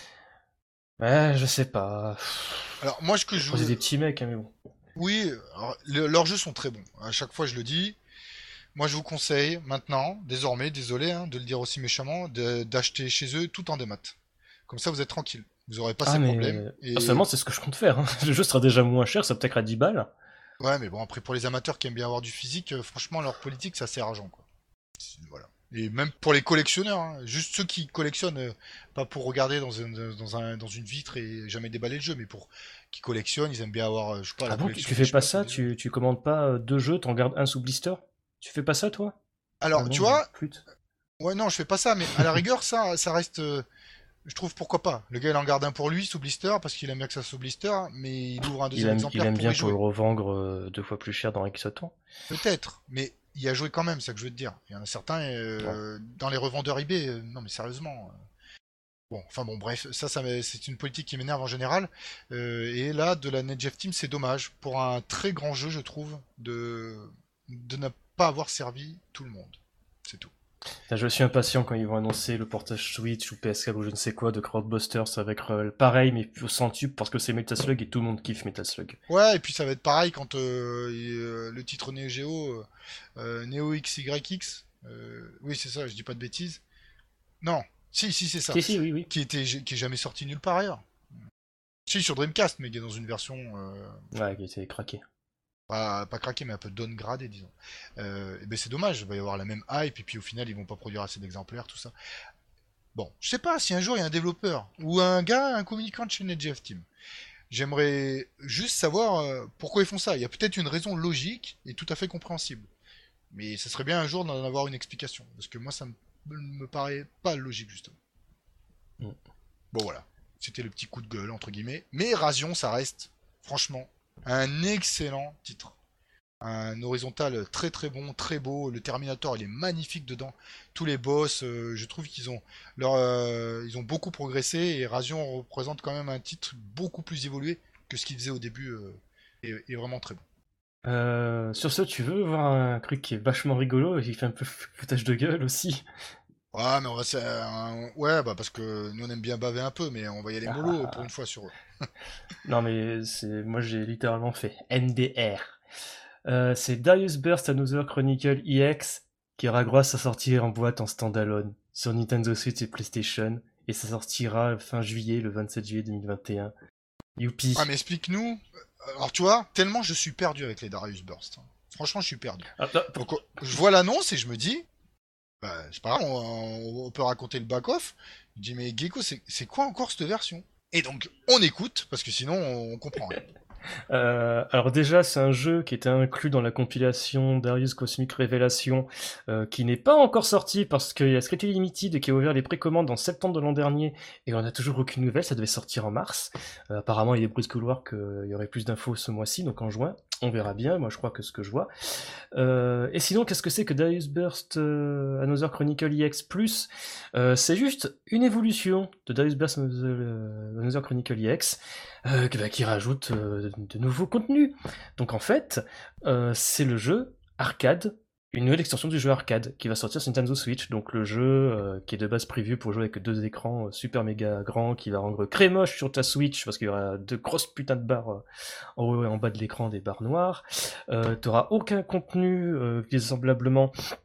Ouais, je sais pas. Alors, moi, ce que je Après, c'est veux, des petits mecs, hein, mais bon. oui, alors, le- leurs jeux sont très bons. À chaque fois, je le dis. Moi, je vous conseille maintenant, désormais, désolé hein, de le dire aussi méchamment, de- d'acheter chez eux tout en démat. Comme ça, vous êtes tranquille. Vous aurez pas Ah, ces mais problèmes. Et personnellement, c'est ce que je compte faire, hein. Le jeu sera déjà moins cher, ça peut-être à dix balles. ouais, mais bon, après, pour les amateurs qui aiment bien avoir du physique, euh, franchement, leur politique, c'est assez rageant, quoi. C'est- Voilà. Et même pour les collectionneurs, hein, juste ceux qui collectionnent, euh, pas pour regarder dans, un- dans, un- dans une vitre et jamais déballer le jeu, mais pour qui collectionnent, ils aiment bien avoir, euh, je sais pas, Ah la bon, tu, collection tu des, fais je sais pas pas, ça? des jeux. Tu, tu commandes pas euh, deux jeux, t'en gardes un sous blister? Tu fais pas ça, toi? Ah Alors, tu non, bah, vois, flûte. ouais, non, je fais pas ça, mais à la rigueur, ça, ça reste. euh, Je trouve pourquoi pas. Le gars, il en garde un pour lui, sous blister, parce qu'il aime bien que ça sous blister, mais il ouvre un Il deuxième aime, il exemplaire aime pour bien y pour le jouer. revendre euh, deux fois plus cher dans X temps. Peut-être, mais il y a joué quand même, c'est ça que je veux te dire. Il y en a certains, Bon. euh, dans les revendeurs eBay, euh, non mais sérieusement. euh, Bon, enfin bon, bref, ça, ça m'est- c'est une politique qui m'énerve en général. Euh, et là, de la NetJeff Team, c'est dommage. Pour un très grand jeu, je trouve, de, de ne pas avoir servi tout le monde. C'est tout. Putain, je suis impatient quand ils vont annoncer le portage Switch ou P S quatre ou je ne sais quoi de Crowdbusters avec euh, pareil mais au centuple parce que c'est Metal Slug et tout le monde kiffe Metal Slug. Ouais, et puis ça va être pareil quand euh, il- euh, le titre Neo Geo, euh, euh, Neo X Y X, euh, oui c'est ça, je dis pas de bêtises. Non, si si c'est ça, Si, si, oui, oui. qui était qui est jamais sorti nulle part ailleurs. Si sur Dreamcast, mais qui est dans une version euh, Ouais, qui était craqué. pas, pas craquée mais un peu downgradée disons. Euh, et ben c'est dommage, il va y avoir la même hype et puis au final ils vont pas produire assez d'exemplaires tout ça. Bon, je sais pas si un jour il y a un développeur ou un gars, un communicant de chez NetJeff Team. J'aimerais juste savoir euh, pourquoi ils font ça. Il y a peut-être une raison logique et tout à fait compréhensible. Mais ça serait bien un jour d'en avoir une explication. Parce que moi, ça me, me paraît pas logique, justement. Mm. Bon, voilà. C'était le petit coup de gueule, entre guillemets. Mais Rasion, ça reste, franchement, un excellent titre. Un horizontal très très bon, très beau. Le Terminator, il est magnifique dedans. Tous les boss, euh, je trouve qu'ils ont, leur, euh, ils ont beaucoup progressé. Et Rasion représente quand même un titre beaucoup plus évolué que ce qu'il faisait au début. Euh, et, et vraiment très bon. Euh, sur ce, tu veux voir un truc qui est vachement rigolo et qui fait un peu foutage de gueule aussi? Ouais, mais on va se- euh, ouais, bah parce que nous on aime bien baver un peu, mais on va y aller mollo pour une Ah, fois sur eux. non mais c'est moi j'ai littéralement fait N D R. Euh, c'est Darius Burst Another Chronicle E X qui aura droit à sa sortie en boîte en standalone sur Nintendo Switch et PlayStation et ça sortira fin juillet, le vingt-sept juillet deux mille vingt et un. Ah, Youpi. mais explique-nous. Alors tu vois, tellement je suis perdu avec les Darius Burst. Franchement, je suis perdu. Ah, ah, Donc je vois l'annonce et je me dis, bah, c'est pas grave, on, on peut raconter le back-off. Je dis, mais Gecko, c'est c'est quoi encore cette version? Et donc on écoute, parce que sinon on comprend rien. Euh, alors déjà, c'est un jeu qui était inclus dans la compilation Darius Cosmic Revelation, euh, qui n'est pas encore sorti parce qu'il y a Secret Limited qui a ouvert les précommandes en septembre de l'an dernier et on n'a toujours aucune nouvelle, ça devait sortir en mars. Euh, apparemment, il y a des bruits de couloir qu'il y aurait plus d'infos ce mois-ci, donc en juin. On verra bien, moi je crois que ce que je vois. Euh, et sinon, qu'est-ce que c'est que Darius Burst euh, Another Chronicle E X Plus? euh, C'est juste une évolution de Darius Burst Another, euh, Another Chronicle E X euh, qui, bah, qui rajoute euh, de, de nouveaux contenus. Donc en fait, euh, c'est le jeu arcade, une nouvelle extension du jeu arcade qui va sortir sur Nintendo Switch. Donc le jeu euh, qui est de base prévu pour jouer avec deux écrans euh, super méga grands qui va rendre crémoche sur ta Switch parce qu'il y aura de grosses putains de barres euh, en haut et en bas de l'écran, des barres noires. Euh, T'auras aucun contenu euh, vraisemblablement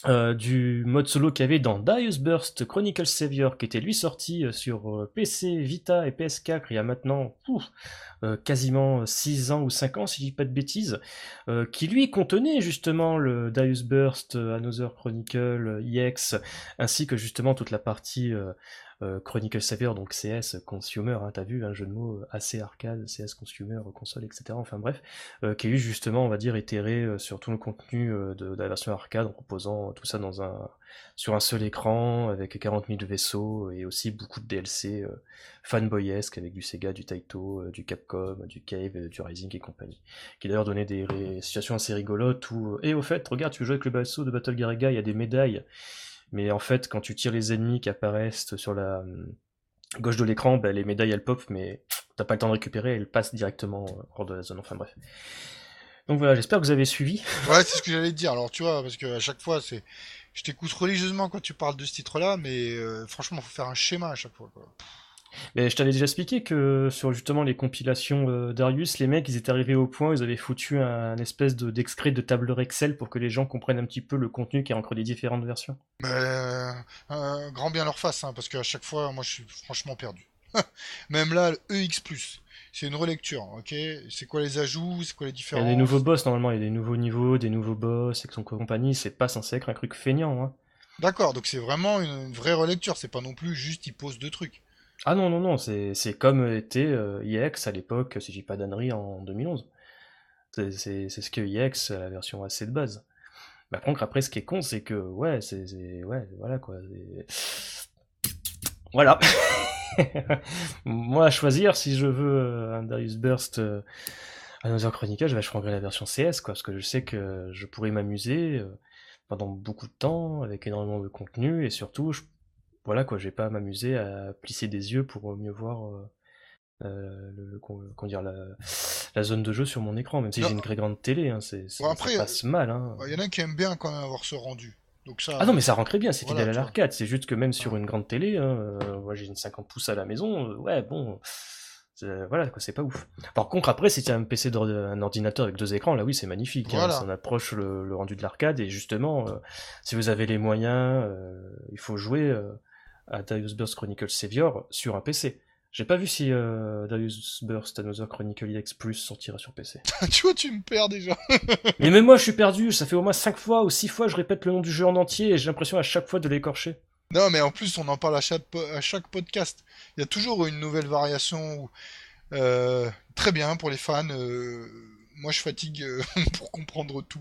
Euh, du mode solo qu'il y avait dans Darius Burst Chronicle Savior, qui était lui sorti sur euh, P C, Vita et P S quatre il y a maintenant ouf, euh, quasiment six ans ou cinq ans, si je dis pas de bêtises, euh, qui lui contenait justement le Darius Burst, euh, Another Chronicle, E X, ainsi que justement toute la partie euh, euh, Chronicle Savior, donc C S, Consumer, hein, t'as vu, un jeu de mots assez arcade, C S Consumer, console, et cetera. Enfin bref, euh, qui a eu justement, on va dire, itéré euh, sur tout le contenu euh, de, de la version arcade, en proposant tout ça dans un, sur un seul écran, avec quarante mille vaisseaux, et aussi beaucoup de D L C euh, fanboyesque, avec du Sega, du Taito, euh, du Capcom, du Cave, euh, du Rising et compagnie. Qui d'ailleurs donnait des ré- situations assez rigolotes où, et au fait, regarde, tu veux jouer avec le vaisseau de Battle Garaga, il y a des médailles, mais en fait, quand tu tires les ennemis qui apparaissent sur la hum, gauche de l'écran, bah, les médailles elles pop, mais t'as pas le temps de récupérer, elles passent directement euh, hors de la zone, enfin bref. Donc voilà, j'espère que vous avez suivi. Ouais, c'est ce que j'allais te dire. Alors, tu vois, parce que à chaque fois, c'est, je t'écoute religieusement quand tu parles de ce titre-là, mais euh, franchement, faut faire un schéma à chaque fois, quoi. Mais je t'avais déjà expliqué que sur justement les compilations euh, Darius, les mecs ils étaient arrivés au point, ils avaient foutu un, un espèce de d'extrait de tableur Excel pour que les gens comprennent un petit peu le contenu qui est entre les différentes versions. Mais euh, un grand bien leur face, hein, parce qu'à chaque fois, moi, je suis franchement perdu. Même là, le E X plus, c'est une relecture, ok? C'est quoi les ajouts? C'est quoi les Il y a des nouveaux différences? boss normalement, il y a des nouveaux niveaux, des nouveaux boss et que son compagnie, c'est pas censé être un truc feignant, hein. D'accord, donc c'est vraiment une, une vraie relecture, c'est pas non plus juste ils posent deux trucs. Ah non, non, non, c'est c'est comme était euh, E X à l'époque, si j'ai pas d'annerie, en deux mille onze. C'est c'est- c'est ce que E X, la version assez de base. Par contre, après, ce qui est con, c'est que, ouais, c'est... c'est- Ouais, voilà, quoi. c'est- Voilà. Moi, à choisir, si je veux euh, un Darius Burst euh, Another Chronicle, je vais prendre la version C S, quoi, parce que je sais que je pourrais m'amuser euh, pendant beaucoup de temps, avec énormément de contenu, et surtout, je... voilà, quoi, je vais pas m'amuser à plisser des yeux pour mieux voir... euh, euh, le, le- comment dire, la, la zone de jeu sur mon écran, même si Non, j'ai une très grande télé, hein, c'est, bon, c'est- ça après, passe mal. Hein. il y en a qui aiment bien quand même avoir ce rendu. Donc Ah ça, non, mais ça rentrait bien, c'est voilà, fidèle à tu vois. l'arcade, c'est juste que même sur Voilà. une grande télé, hein, euh, moi j'ai une cinquante pouces à la maison, euh, ouais, bon, c'est- voilà, quoi, c'est pas ouf. Par contre, après, si tu as un P C, d'ordi- un ordinateur avec deux écrans, là oui, c'est magnifique, hein, ça Voilà. en approche le, le rendu de l'arcade, et justement, euh, si vous avez les moyens, euh, il faut jouer euh, à Darius Burst Chronicle Savior sur un P C. J'ai pas vu si euh, Darius Burst Another Chronicle E X Plus sortira sur P C. Tu vois, tu me perds déjà. Mais même moi, je suis perdu, ça fait au moins cinq fois ou six fois je répète le nom du jeu en entier, et j'ai l'impression à chaque fois de l'écorcher. Non, mais en plus, on en parle à chaque, po- à chaque podcast. Il y a toujours une nouvelle variation. Où, euh, très bien pour les fans. euh, moi, je fatigue euh, pour comprendre tout.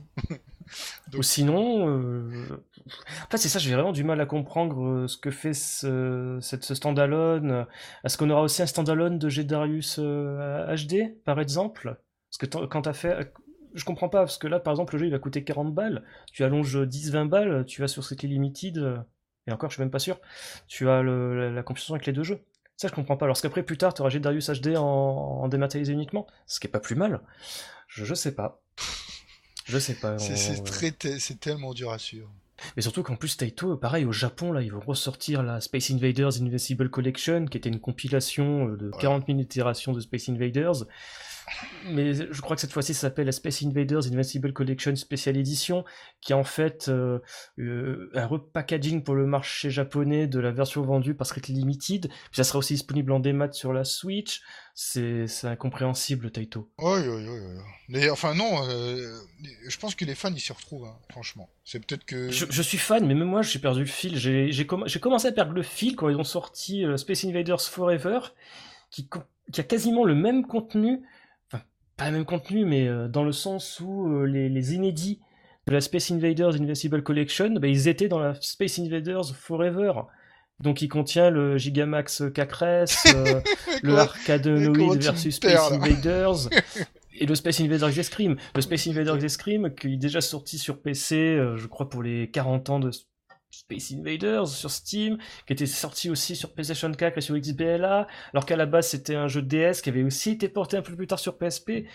Ou Donc, sinon, euh... en fait, c'est ça, j'ai vraiment du mal à comprendre euh, ce que fait ce, cette, ce standalone. Est-ce qu'on aura aussi un standalone de Gedarius euh, H D, par exemple? Parce que t'en- quand t'as fait... Je comprends pas, parce que là, par exemple, le jeu, il va coûter quarante balles. Tu allonges dix vingt balles, tu vas sur Strictly Limited, euh, et encore, je suis même pas sûr. Tu as le, la, la compensation avec les deux jeux. Ça, je comprends pas. Alors qu'après, plus tard, tu auras Gedarius H D en, en dématérialisé uniquement, ce qui est pas plus mal. Je, je sais pas. Je sais pas. c'est c'est on- très, te- c'est tellement dur à suivre. Mais surtout qu'en plus Taito, pareil au Japon, là, ils vont ressortir la Space Invaders Invincible Collection, qui était une compilation euh, de Ouais. quarante mille itérations de Space Invaders. Mais je crois que cette fois-ci ça s'appelle la Space Invaders Invincible Collection Special Edition, qui est en fait euh, euh, un repackaging pour le marché japonais de la version vendue par Strictly Limited. Puis ça sera aussi disponible en démat sur la Switch. C'est c'est incompréhensible, Taito. Oui, oui, oui, oui. Mais enfin, non, euh, je pense que les fans, ils s'y retrouvent, hein, franchement. C'est peut-être que... Je, je suis fan, mais même moi j'ai perdu le fil. J'ai j'ai comm- j'ai commencé à perdre le fil quand ils ont sorti euh, Space Invaders Forever, qui, co- qui a quasiment le même contenu, enfin pas le même contenu, mais euh, dans le sens où euh, les, les inédits de la Space Invaders Invincible Collection, bah, ils étaient dans la Space Invaders Forever. Donc il contient le Gigamax Cacress, euh, Mais le comment, mais comment Arcadenoid tu me versus perds, Space là? Invaders, et le Space Invaders X-Scream. Le Space Invaders Putain. X-Scream, qui est déjà sorti sur P C, euh, je crois pour les quarante ans de Space Invaders sur Steam, qui était sorti aussi sur PlayStation quatre et sur X B L A, alors qu'à la base c'était un jeu de D S qui avait aussi été porté un peu plus tard sur P S P.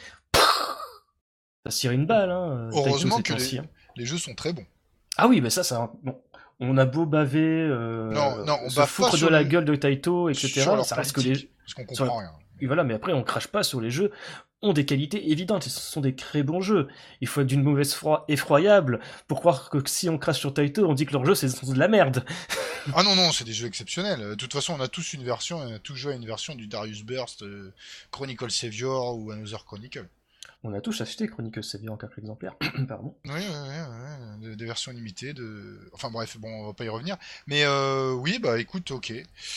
Ça se tire une balle, hein, Taito Heureusement ces que temps-ci. les, Hein. les jeux sont très bons. Ah oui, mais ça, ça, bon, on a beau baver, Non, euh, non, on se baffe pas foutre de sur la le, gueule de Taito, sur et cetera. leur Ça reste que les, politique, parce qu'on sur la- comprend rien. et voilà, mais après on crache pas sur les jeux. ont des qualités évidentes, et ce sont des très bons jeux. Il faut être d'une mauvaise foi effroyable pour croire que si on crache sur Taito, on dit que leurs jeux c'est de la merde. Ah non, non, c'est des jeux exceptionnels. De toute façon, on a tous une version, on a tous joué à une version du Darius Burst, euh, Chronicle Savior ou Another Chronicle. On a tous acheté Chronicle Savior en quatre exemplaires, pardon. Oui, oui, oui, oui, des versions limitées, de... Enfin bref, bon, on va pas y revenir. Mais euh, oui, bah écoute, ok.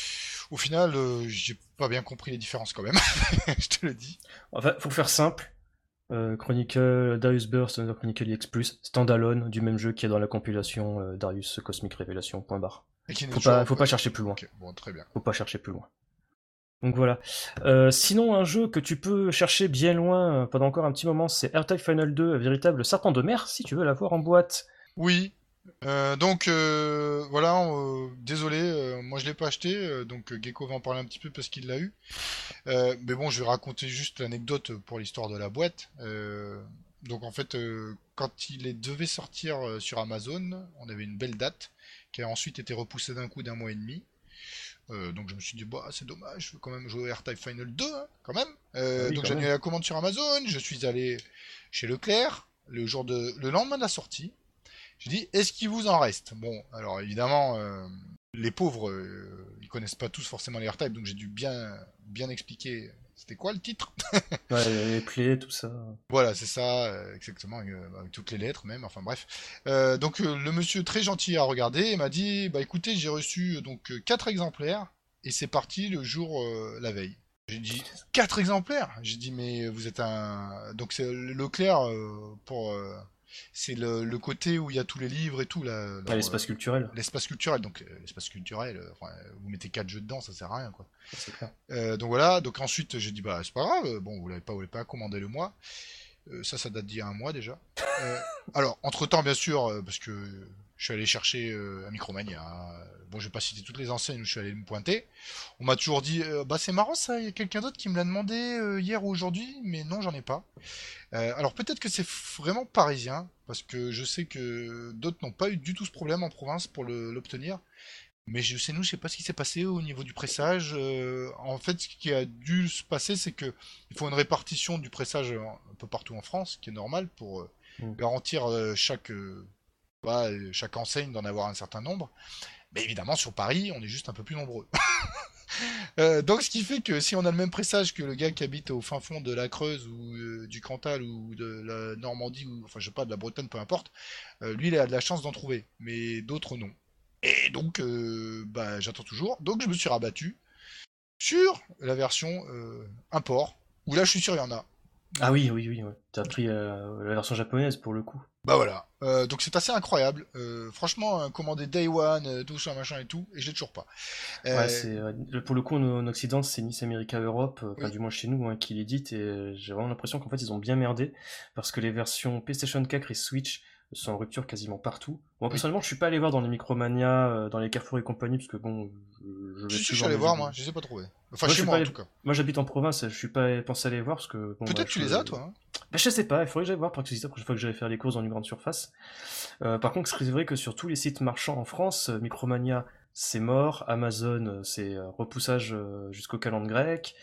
Au final, euh, j'ai pas bien compris les différences quand même, je te le dis. Enfin, pour faire simple, euh, Chronicle, Darius Burst, Another Chronicle E X plus, standalone du même jeu qui est dans la compilation euh, Darius Cosmic Révélation, point barre. Faut pas, faut pas chercher plus loin. Okay, bon, très bien. Faut pas chercher plus loin. Donc voilà. Euh, sinon, un jeu que tu peux chercher bien loin pendant encore un petit moment, c'est R-Type Final deux, véritable serpent de mer, si tu veux l'avoir en boîte. Oui. Euh, donc euh, voilà, euh, désolé, euh, moi je l'ai pas acheté, euh, donc Gecko va en parler un petit peu parce qu'il l'a eu. Euh, mais bon, je vais raconter juste l'anecdote pour l'histoire de la boîte. Euh, donc en fait, euh, quand il est- devait sortir euh, sur Amazon, on avait une belle date qui a ensuite été repoussée d'un coup d'un mois et demi. Euh, donc je me suis dit, bah c'est dommage, je veux quand même jouer R-Type Final deux, hein, quand même. Euh, Ah oui, donc quand j'ai même. annulé la commande sur Amazon, je suis allé chez Leclerc le jour de, le lendemain de la sortie. J'ai dit, est-ce qu'il vous en reste? Bon, alors évidemment, euh, les pauvres, euh, ils connaissent pas tous forcément les R-Type, donc j'ai dû bien, bien expliquer c'était quoi le titre. Ouais, les plaies, tout ça. Voilà, c'est ça, euh, exactement, euh, avec toutes les lettres même, enfin bref. Euh, donc euh, le monsieur très gentil a regardé et m'a dit, bah écoutez, j'ai reçu euh, donc euh, quatre exemplaires et c'est parti le jour euh, la veille. J'ai dit quatre exemplaires. J'ai dit mais vous êtes un donc c'est Leclerc euh, pour euh, c'est le, le côté où il y a tous les livres et tout là. Ah, leur, euh, l'espace culturel. L'espace culturel. Donc euh, l'espace culturel, euh, enfin, vous mettez quatre jeux dedans, ça sert à rien quoi. C'est clair. Euh, donc voilà. Donc ensuite j'ai dit bah c'est pas grave. Bon vous l'avez pas, vous l'avez pas commandé le mois. Euh, ça, ça date d'il y a un mois déjà. Euh, alors, entre-temps, bien sûr, euh, parce que je suis allé chercher euh, un Micromania. euh, Bon, je vais pas citer toutes les enseignes où je suis allé me pointer. On m'a toujours dit, euh, bah c'est marrant ça, il y a quelqu'un d'autre qui me l'a demandé euh, hier ou aujourd'hui, mais non, j'en ai pas. Euh, alors peut-être que c'est vraiment parisien, parce que je sais que d'autres n'ont pas eu du tout ce problème en province pour le- l'obtenir. Mais je sais nous, je sais pas ce qui s'est passé au niveau du pressage. Euh, en fait, ce qui a dû se passer, c'est que il faut une répartition du pressage un peu partout en France, qui est normal pour euh, Mm. garantir euh, chaque euh, bah, euh, chaque enseigne d'en avoir un certain nombre. Mais évidemment, sur Paris, on est juste un peu plus nombreux. Euh, donc, ce qui fait que si on a le même pressage que le gars qui habite au fin fond de la Creuse ou euh, du Cantal ou de la Normandie ou enfin je sais pas de la Bretagne, peu importe, euh, lui il a de la chance d'en trouver, mais d'autres non. Et donc, euh, bah, j'attends toujours. Donc, je me suis rabattu sur la version euh, import, où là, je suis sûr, il y en a. Ah oui, oui, oui, ouais. T'as pris euh, la version japonaise pour le coup. Bah voilà. Euh, donc, c'est assez incroyable. Euh, franchement, euh, commander Day One, euh, tout ça, machin et tout, et je l'ai toujours pas. Ouais, Euh, c'est euh, pour le coup en, en Occident, c'est Nice America Europe, euh, enfin oui. du moins chez nous, hein, qui l'édite, et euh, j'ai vraiment l'impression qu'en fait ils ont bien merdé parce que les versions PlayStation quatre et Switch sont en rupture quasiment partout. Bon, Oui. personnellement, je suis pas allé voir dans les Micromania, euh, dans les Carrefour et compagnie, parce que bon, je, je vais Si, si, je plus suis voir allé mes jeux voir, vidéo. moi, je les ai pas trouvés. Enfin, Moi, je chez suis moi, pas en allé- tout cas. Moi, j'habite en province, je suis pas pensé aller voir parce que bon, bah, Peut-être tu je... les as, toi, hein. Bah, je sais pas, il faudrait que j'aille voir par curiosité la prochaine fois que j'allais faire les courses dans une grande surface. Euh, par contre, c'est vrai que sur tous les sites marchands en France, euh, Micromania, c'est mort. Amazon, euh, c'est euh, repoussage euh, jusqu'au calende grec.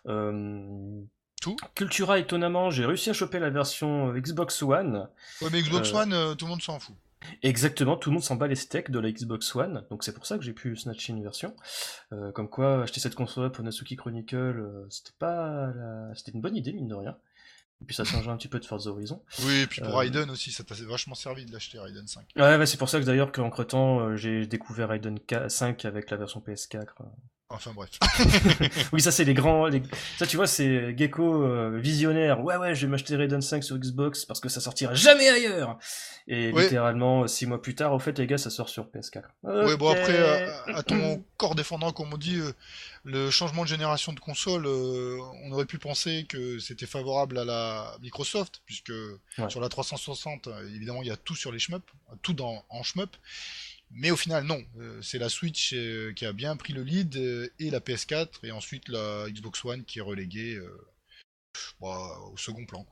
Euh, Tout. Cultura, étonnamment, j'ai réussi à choper la version euh, Xbox One. Ouais, mais Xbox Euh, One, euh, tout le monde s'en fout. Exactement, tout le monde s'en bat les steaks de la Xbox One, donc c'est pour ça que j'ai pu snatcher une version. Euh, comme quoi, acheter cette console pour Natsuki Chronicle, euh, c'était pas la... c'était une bonne idée, mine de rien. Et puis ça changeait un petit peu de Forza Horizon. Oui, et puis pour Euh, Raiden aussi, ça t'a vachement servi de l'acheter, Raiden cinq. Ouais, bah, c'est pour ça que d'ailleurs qu'entre temps, euh, j'ai découvert Raiden cinq avec la version P S quatre. Enfin bref. Oui, ça c'est les grands. les- Ça tu vois, c'est Gecko euh, visionnaire. Ouais, ouais, je vais m'acheter Raiden cinq sur Xbox parce que ça sortira jamais ailleurs. Et Oui, littéralement, six mois plus tard, au fait, les gars, ça sort sur P S quatre. ouais, bon Ok. après, à, à ton corps défendant, comme on dit, euh, le changement de génération de console, euh, on aurait pu penser que c'était favorable à la Microsoft, puisque Ouais. sur la trois cent soixante, euh, évidemment, il y a tout sur les shmup, tout dans, en shmup, mais au final, non. Euh, c'est la Switch euh, qui a bien pris le lead, euh, et la P S quatre, et ensuite la Xbox One qui est reléguée euh, bah, au second plan, quoi.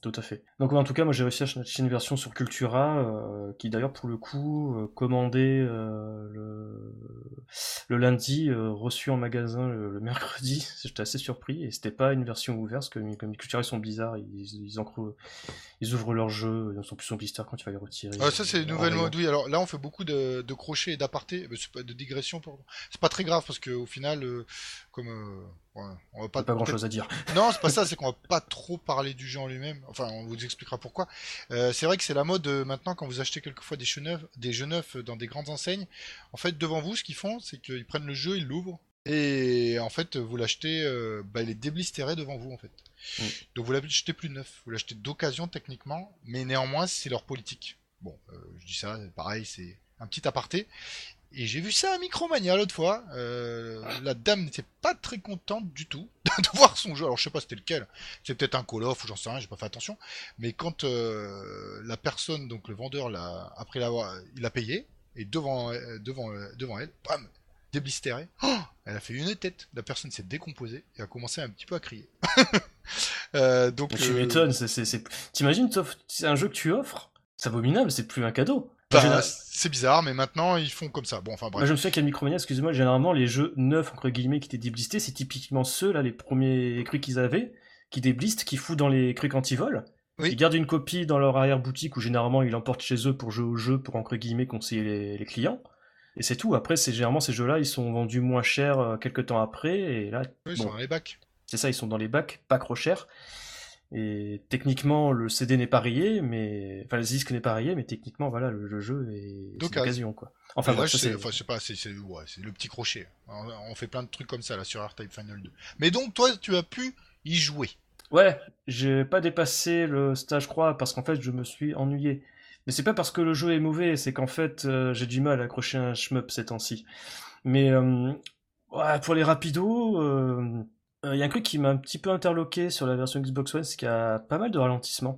Tout à fait. Donc en tout cas, moi j'ai réussi à acheter une version sur Cultura, euh, qui d'ailleurs pour le coup euh, commandait euh, le... le lundi, euh, reçu en magasin le, le mercredi. J'étais assez surpris et c'était pas une version ouverte parce que comme Cultura ils sont bizarres, ils, ils, encre... ils ouvrent leur jeu, ils sont plus en blister quand tu vas les retirer. Ah, ça, c'est les euh, en nouvelles rayon. modes, oui. Alors là, on fait beaucoup de, de crochets et d'apartés, euh, c'est pas- de digressions, pardon. C'est pas très grave parce qu'au final, euh, comme euh, ouais, on va pas J'ai pas grand peut-être. chose à dire. Non, c'est pas ça, c'est qu'on va pas trop parler du jeu en lui-même. Enfin, on vous expliquera pourquoi. Euh, c'est vrai que c'est la mode euh, maintenant quand vous achetez quelquefois des jeux neufs, des jeux neufs dans des grandes enseignes. En fait, devant vous, ce qu'ils font, c'est qu'ils prennent le jeu, ils l'ouvrent. Et en fait, vous l'achetez, euh, bah, il est déblistéré devant vous, en fait. Mm. Donc vous l'achetez plus neuf, vous l'achetez d'occasion techniquement, mais néanmoins, c'est leur politique. Bon, euh, je dis ça, pareil, c'est un petit aparté. Et j'ai vu ça à Micromania l'autre fois. Euh, la dame n'était pas très contente du tout de voir son jeu. Alors je sais pas c'était lequel. C'est peut-être un Call of ou j'en sais rien, j'ai pas fait attention. Mais quand euh, la personne, donc le vendeur, l'a après l'avoir, il a payé et devant euh, devant euh, devant elle, bam, déblistéré. Oh, elle a fait une tête. La personne s'est décomposée et a commencé un petit peu à crier. euh, donc Tu euh, m'étonnes, c'est, c'est, c'est... t'imagines, c'est un jeu que tu offres, c'est abominable, c'est plus un cadeau. Moi, bah, général- c'est bizarre, mais maintenant ils font comme ça. Bon, enfin Moi, je bref. me souviens qu'à Micromania, excusez-moi, généralement, les jeux neufs, entre guillemets, qui étaient déblistés, c'est typiquement ceux, là, les premiers crus qu'ils avaient, qui déblistent, qui foutent dans les crus anti-vol. Ils Oui, gardent une copie dans leur arrière-boutique où généralement ils l'emportent chez eux pour jouer au jeu, pour entre guillemets conseiller les, les clients. Et c'est tout. Après, c'est généralement ces jeux-là, ils sont vendus moins cher euh, quelques temps après. Et là, oui, ils sont bon, dans les bacs. c'est ça, ils sont dans les bacs, pas trop chers. Et techniquement, le C D n'est pas rayé, mais enfin le disque n'est pas rayé, mais techniquement, voilà, le, le jeu est c'est D'occasion. d'occasion, quoi. Enfin Mais là, bref, je ça sais, c'est. enfin, je sais pas, c'est c'est- ouais, c'est le petit crochet. On, on fait plein de trucs comme ça là sur R-Type Final deux. Mais donc, toi, tu as pu y jouer. Ouais, j'ai pas dépassé le stage croix parce qu'en fait, je me suis ennuyé. Mais c'est pas parce que le jeu est mauvais, c'est qu'en fait, euh, j'ai du mal à accrocher un shmup ces temps-ci. Mais euh, ouais, pour les rapidos, il euh, euh, y a un truc qui m'a un petit peu interloqué sur la version Xbox One, c'est qu'il y a pas mal de ralentissements.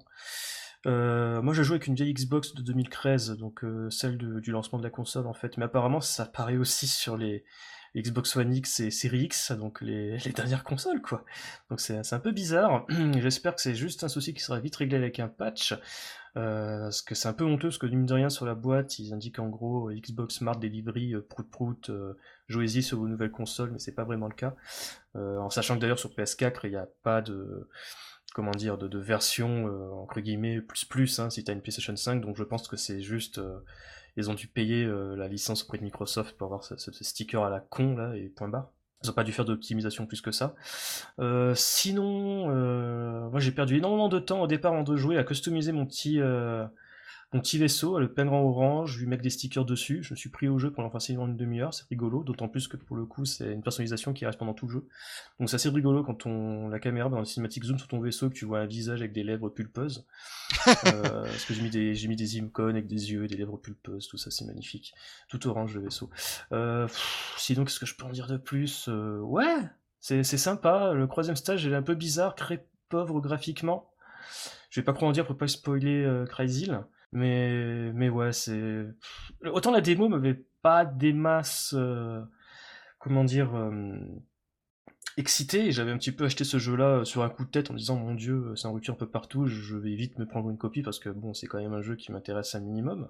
Euh, moi, je joue avec une vieille Xbox de deux mille treize, donc euh, celle de- du lancement de la console en fait. Mais apparemment, ça apparaît aussi sur les Xbox One X et Series X, donc les, les dernières consoles, quoi. Donc c'est c'est un peu bizarre. J'espère que c'est juste un souci qui sera vite réglé avec un patch, euh, parce que c'est un peu honteux, parce que mine de rien, sur la boîte, ils indiquent en gros euh, Xbox Smart Delivery, euh, prout prout, euh, jouez-y sur vos nouvelles consoles, mais c'est pas vraiment le cas. Euh, en sachant que d'ailleurs sur P S quatre, il n'y a pas de comment dire, de, de version, euh, entre guillemets, plus plus, hein, si t'as une PlayStation cinq, donc je pense que c'est juste, euh, ils ont dû payer euh, la licence auprès de Microsoft pour avoir ce, ce- ce sticker à la con, là, et point barre. Ils ont pas dû faire d'optimisation plus que ça. Euh, sinon, euh, moi j'ai perdu énormément de temps au départ en de jouer à customiser mon petit, euh, mon petit vaisseau, le pingouin orange, je lui mettre des stickers dessus. Je me suis pris au jeu pendant facilement une demi-heure, c'est rigolo, d'autant plus que pour le coup c'est une personnalisation qui reste pendant tout le jeu. Donc c'est assez rigolo quand on la caméra dans le cinématique zoom sur ton vaisseau, que tu vois un visage avec des lèvres pulpeuses. Euh, parce que j'ai mis des j'ai mis des icônes avec des yeux, des lèvres pulpeuses, tout ça c'est magnifique. Tout orange le vaisseau. Euh, pff, sinon qu'est-ce que je peux en dire de plus? Euh, Ouais, c'est c'est sympa. Le troisième stage il est un peu bizarre, très pauvre graphiquement. Je vais pas trop en dire pour pas spoiler euh, Crysil, mais mais ouais c'est autant la démo m'avait pas des masses, euh, comment dire, euh, excité, et j'avais un petit peu acheté ce jeu-là euh, sur un coup de tête en disant mon dieu, c'est en rupture un peu partout, je vais vite me prendre une copie parce que bon, c'est quand même un jeu qui m'intéresse un minimum.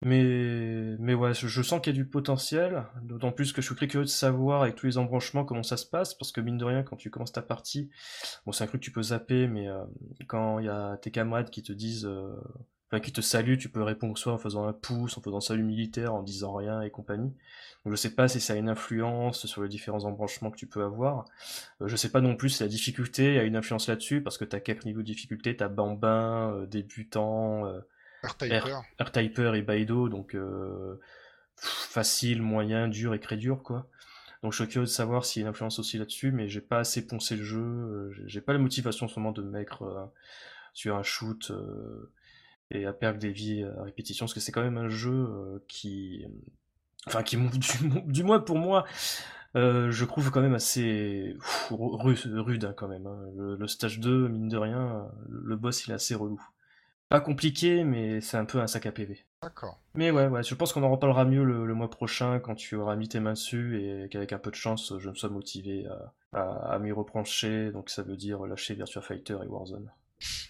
Mais, mais ouais, je, je sens qu'il y a du potentiel, d'autant plus que je suis très curieux de savoir avec tous les embranchements comment ça se passe, parce que mine de rien, quand tu commences ta partie, bon, c'est un truc que tu peux zapper, mais euh, quand il y a tes camarades qui te disent, euh, enfin, qui te saluent, tu peux répondre soit en faisant un pouce, en faisant salut militaire, en disant rien et compagnie. Donc je sais pas si ça a une influence sur les différents embranchements que tu peux avoir. Euh, je sais pas non plus si la difficulté a une influence là-dessus, parce que t'as quelques niveaux de difficulté, t'as Bambin, euh, débutant, euh, R, R-Typer. R-Typer et Baido, donc euh, facile, moyen, dur et très dur, quoi. Donc je suis curieux de savoir s'il y a une influence aussi là-dessus, mais j'ai pas assez poncé le jeu, euh, j'ai j'ai pas la motivation en ce moment de me mettre euh, sur un shoot euh, et à perdre des vies à répétition, parce que c'est quand même un jeu euh, qui... Enfin, qui, du, du moins pour moi, euh, je trouve quand même assez pff, rude, rude hein, quand même. Hein. Le, le stage deux, mine de rien, le boss il est assez relou. Pas compliqué, mais c'est un peu un sac à P V. D'accord. Mais ouais, ouais, je pense qu'on en reparlera mieux le, le mois prochain quand tu auras mis tes mains dessus et qu'avec un peu de chance, je me sois motivé à, à, à m'y repencher. Donc ça veut dire lâcher Virtua Fighter et Warzone.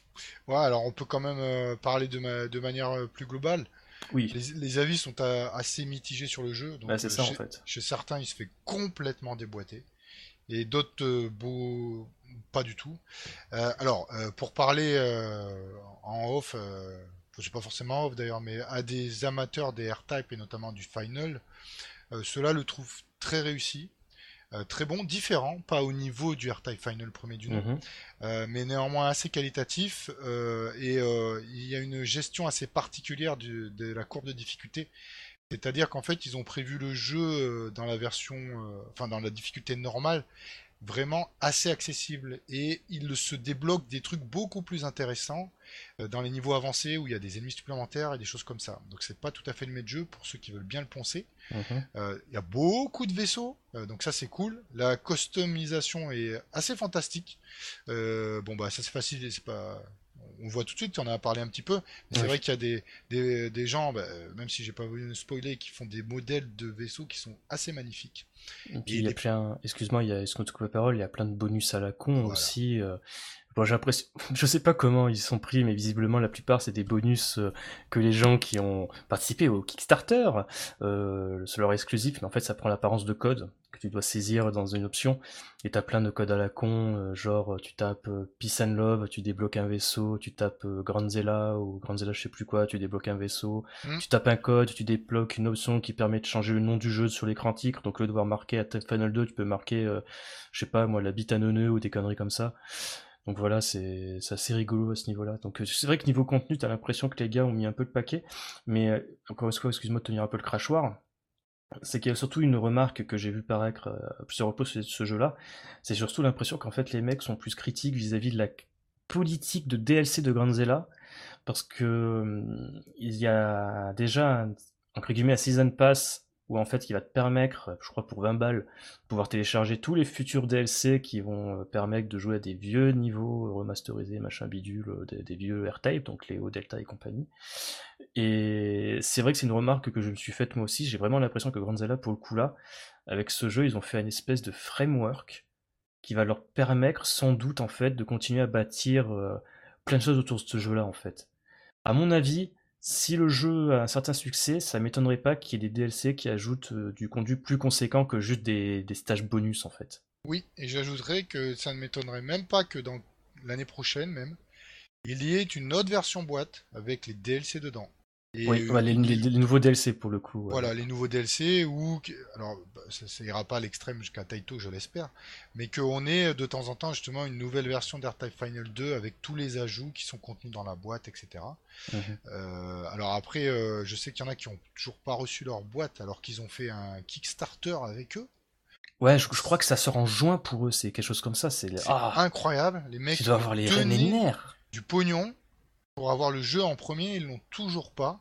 Ouais, alors on peut quand même euh, parler de, ma- de manière euh, plus globale. Oui, Les, les avis sont euh, assez mitigés sur le jeu, bah donc c'est euh, ça en chez, fait. chez certains il se fait complètement déboîter, et d'autres euh, beau, pas du tout. Euh, alors, euh, pour parler euh, en off, euh, je sais pas forcément off d'ailleurs, mais à des amateurs des R-Type et notamment du Final, euh, ceux-là le trouvent très réussi. Euh, très bon, différent, pas au niveau du R-Type Final premier du nom, Mhm. euh, mais néanmoins assez qualitatif, euh, et euh, il y a une gestion assez particulière du- de la courbe de difficulté. C'est-à-dire qu'en fait, ils ont prévu le jeu euh, dans la version, euh, enfin dans la difficulté normale, vraiment assez accessible, et il se débloque des trucs beaucoup plus intéressants euh, dans les niveaux avancés où il y a des ennemis supplémentaires et des choses comme ça. Donc c'est pas tout à fait le maître de jeu pour ceux qui veulent bien le poncer. Mhm. Euh, Il y a beaucoup de vaisseaux, euh, donc ça c'est cool. La customisation est assez fantastique. Euh, bon bah ça c'est facile, c'est pas. On voit tout de suite, on en a parlé un petit peu, mais c'est vrai Oui. qu'il y a des, des, des gens, bah, même si j'ai pas voulu spoiler, qui font des modèles de vaisseaux qui sont assez magnifiques. Et puis Et il y a les. plein, excuse-moi, il y a, excuse-moi de couper la parole, il y a plein de bonus à la con Voilà. aussi. euh, Bon, j'ai l'impression, je sais pas comment ils sont pris, mais visiblement la plupart c'est des bonus euh, que les gens qui ont participé au Kickstarter, euh, c'est leur exclusif, mais en fait ça prend l'apparence de code que tu dois saisir dans une option, et t'as plein de codes à la con, euh, genre euh, tu tapes euh, Peace and Love, tu débloques un vaisseau, tu tapes euh, Granzella ou Granzella je sais plus quoi, tu débloques un vaisseau, Hmm. tu tapes un code, tu débloques une option qui permet de changer le nom du jeu sur l'écran titre, donc au lieu de devoir marquer à Final deux, tu peux marquer, euh, je sais pas moi, la bite à neuneu ou des conneries comme ça. Donc voilà, c'est c'est assez rigolo à ce niveau-là. Donc euh, c'est vrai que niveau contenu, t'as l'impression que les gars ont mis un peu le paquet, mais euh, encore une fois, excuse-moi de tenir un peu le crachoir, c'est qu'il y a surtout une remarque que j'ai vu paraître euh, à plusieurs reprises sur ce jeu-là, c'est surtout l'impression qu'en fait les mecs sont plus critiques vis-à-vis de la politique de D L C de Granzella, parce que euh, il y a déjà un, entre guillemets un season pass où en fait il va te permettre, je crois pour vingt balles, de pouvoir télécharger tous les futurs D L C qui vont euh, permettre de jouer à des vieux niveaux remasterisés, machin bidule, euh, des, des vieux R-Type, donc Léo, Delta et compagnie. Et c'est vrai que c'est une remarque que je me suis faite moi aussi, j'ai vraiment l'impression que Granzella pour le coup là, avec ce jeu, ils ont fait une espèce de framework qui va leur permettre sans doute en fait de continuer à bâtir euh, plein de choses autour de ce jeu là en fait. À mon avis, si le jeu a un certain succès, ça m'étonnerait pas qu'il y ait des D L C qui ajoutent euh, du contenu plus conséquent que juste des, des stages bonus en fait. Oui, et j'ajouterais que ça ne m'étonnerait même pas que dans l'année prochaine même, il y ait une autre version boîte avec les D L C dedans. Et Oui, euh, ouais, les, une, les- les nouveaux D L C pour le coup. euh, voilà, les nouveaux D L C, ou alors bah, ça, ça ira pas à l'extrême jusqu'à Taito, je l'espère, mais qu'on ait de temps en temps justement une nouvelle version d'R-Type Final deux avec tous les ajouts qui sont contenus dans la boîte, et cetera. mhm. Euh, alors après, euh, je sais qu'il y en a qui ont toujours pas reçu leur boîte alors qu'ils ont fait un Kickstarter avec eux. Ouais, je, je crois que ça sort en juin pour eux, c'est quelque chose comme ça. C'est les- C'est ah, incroyable, les tu mecs dois ont avoir les, les donné nerfs. du pognon pour avoir le jeu en premier, ils l'ont toujours pas.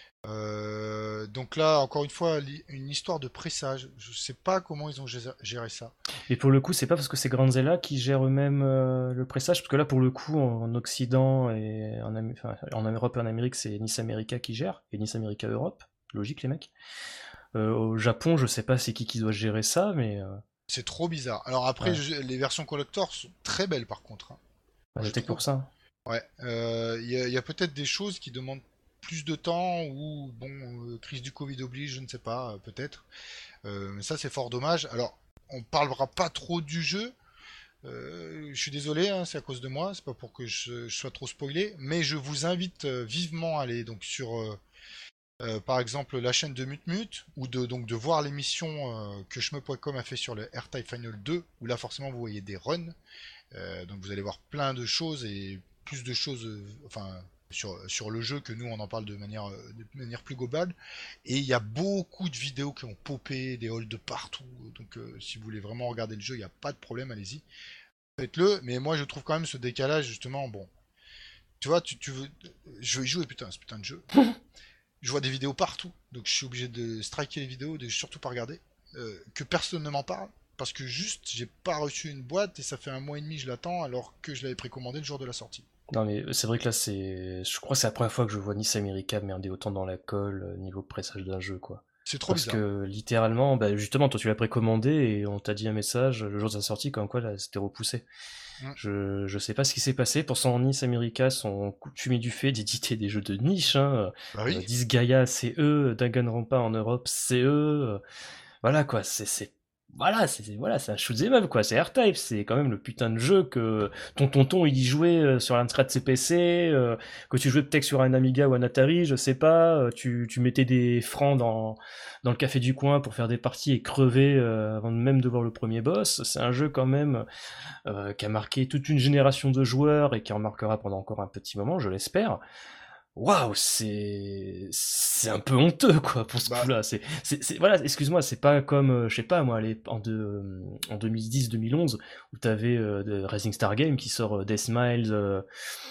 Euh, donc là, encore une fois, li- une histoire de pressage. Je sais pas comment ils ont gé- géré ça. Mais pour le coup, c'est pas parce que c'est Granzella qui gère eux-mêmes euh, le pressage, parce que là, pour le coup, en, en Occident et en, Am- enfin, en Europe et en Amérique, c'est Nice America qui gère, et Nice America Europe. Logique, les mecs. Euh, au Japon, je sais pas c'est qui qui doit gérer ça, mais euh, C'est trop bizarre. Alors après, ouais, je- les versions collector sont très belles par contre, hein, bah, je c'est peut-être trouve. pour ça. Ouais. Euh, Il y a, il y a peut-être des choses qui demandent plus de temps ou bon, euh, crise du Covid oblige, je ne sais pas, euh, peut-être. Euh, mais ça, c'est fort dommage. Alors, on parlera pas trop du jeu. Euh, je suis désolé, hein, c'est à cause de moi, c'est pas pour que je, je sois trop spoilé, mais je vous invite euh, vivement à aller donc sur euh, euh, par exemple la chaîne de Mutmut ou de donc de voir l'émission euh, que shmup point com a fait sur le R-Type Final deux où là forcément vous voyez des runs. Euh, donc vous allez voir plein de choses et plus de choses euh, enfin sur, sur le jeu que nous on en parle de manière, euh, de manière plus globale, et il y a beaucoup de vidéos qui ont popé, des holds de partout, donc euh, si vous voulez vraiment regarder le jeu il n'y a pas de problème, allez-y, faites-le. Mais moi je trouve quand même ce décalage justement bon, tu vois, tu, tu veux, je veux y jouer putain ce putain de jeu, je vois des vidéos partout, donc je suis obligé de striker les vidéos, de surtout pas regarder, euh, que personne ne m'en parle, parce que juste j'ai pas reçu une boîte et ça fait un mois et demi que je l'attends alors que je l'avais précommandé le jour de la sortie. Non, mais c'est vrai que là, c'est, je crois que c'est la première fois que je vois Nice America merder autant dans la colle euh, niveau pressage d'un jeu, quoi. C'est trop Parce bizarre. que littéralement, bah, justement, toi tu l'as précommandé et on t'a dit un message le jour de sa sortie comme quoi là, c'était repoussé. Mm. Je, je sais pas ce qui s'est passé. Pourtant, Nice America sont coutumiers du fait d'éditer des jeux de niche. Hein. Bah Euh, oui. Disgaea, c'est eux. Danganronpa en Europe, c'est eux. Euh, Voilà quoi, c'est. c'est- Voilà, c'est c'est- voilà, c'est un shoot'em up quoi, c'est R-Type, c'est quand même le putain de jeu que ton tonton il y jouait euh, sur l'Amstrad C P C, euh, que tu jouais peut-être sur un Amiga ou un Atari, je sais pas, euh, tu, tu mettais des francs dans, dans le café du coin pour faire des parties et crever euh, avant même de voir le premier boss. C'est un jeu quand même euh, qui a marqué toute une génération de joueurs et qui en marquera pendant encore un petit moment, je l'espère. Waouh, c'est c'est un peu honteux quoi pour ce Bah, coup-là. C'est c'est c'est- voilà, excuse-moi, c'est pas comme euh, je sais pas moi, les, en de, euh, en deux mille dix deux mille onze où t'avais euh, de Rising Star Game qui sort euh, Death Smiles euh,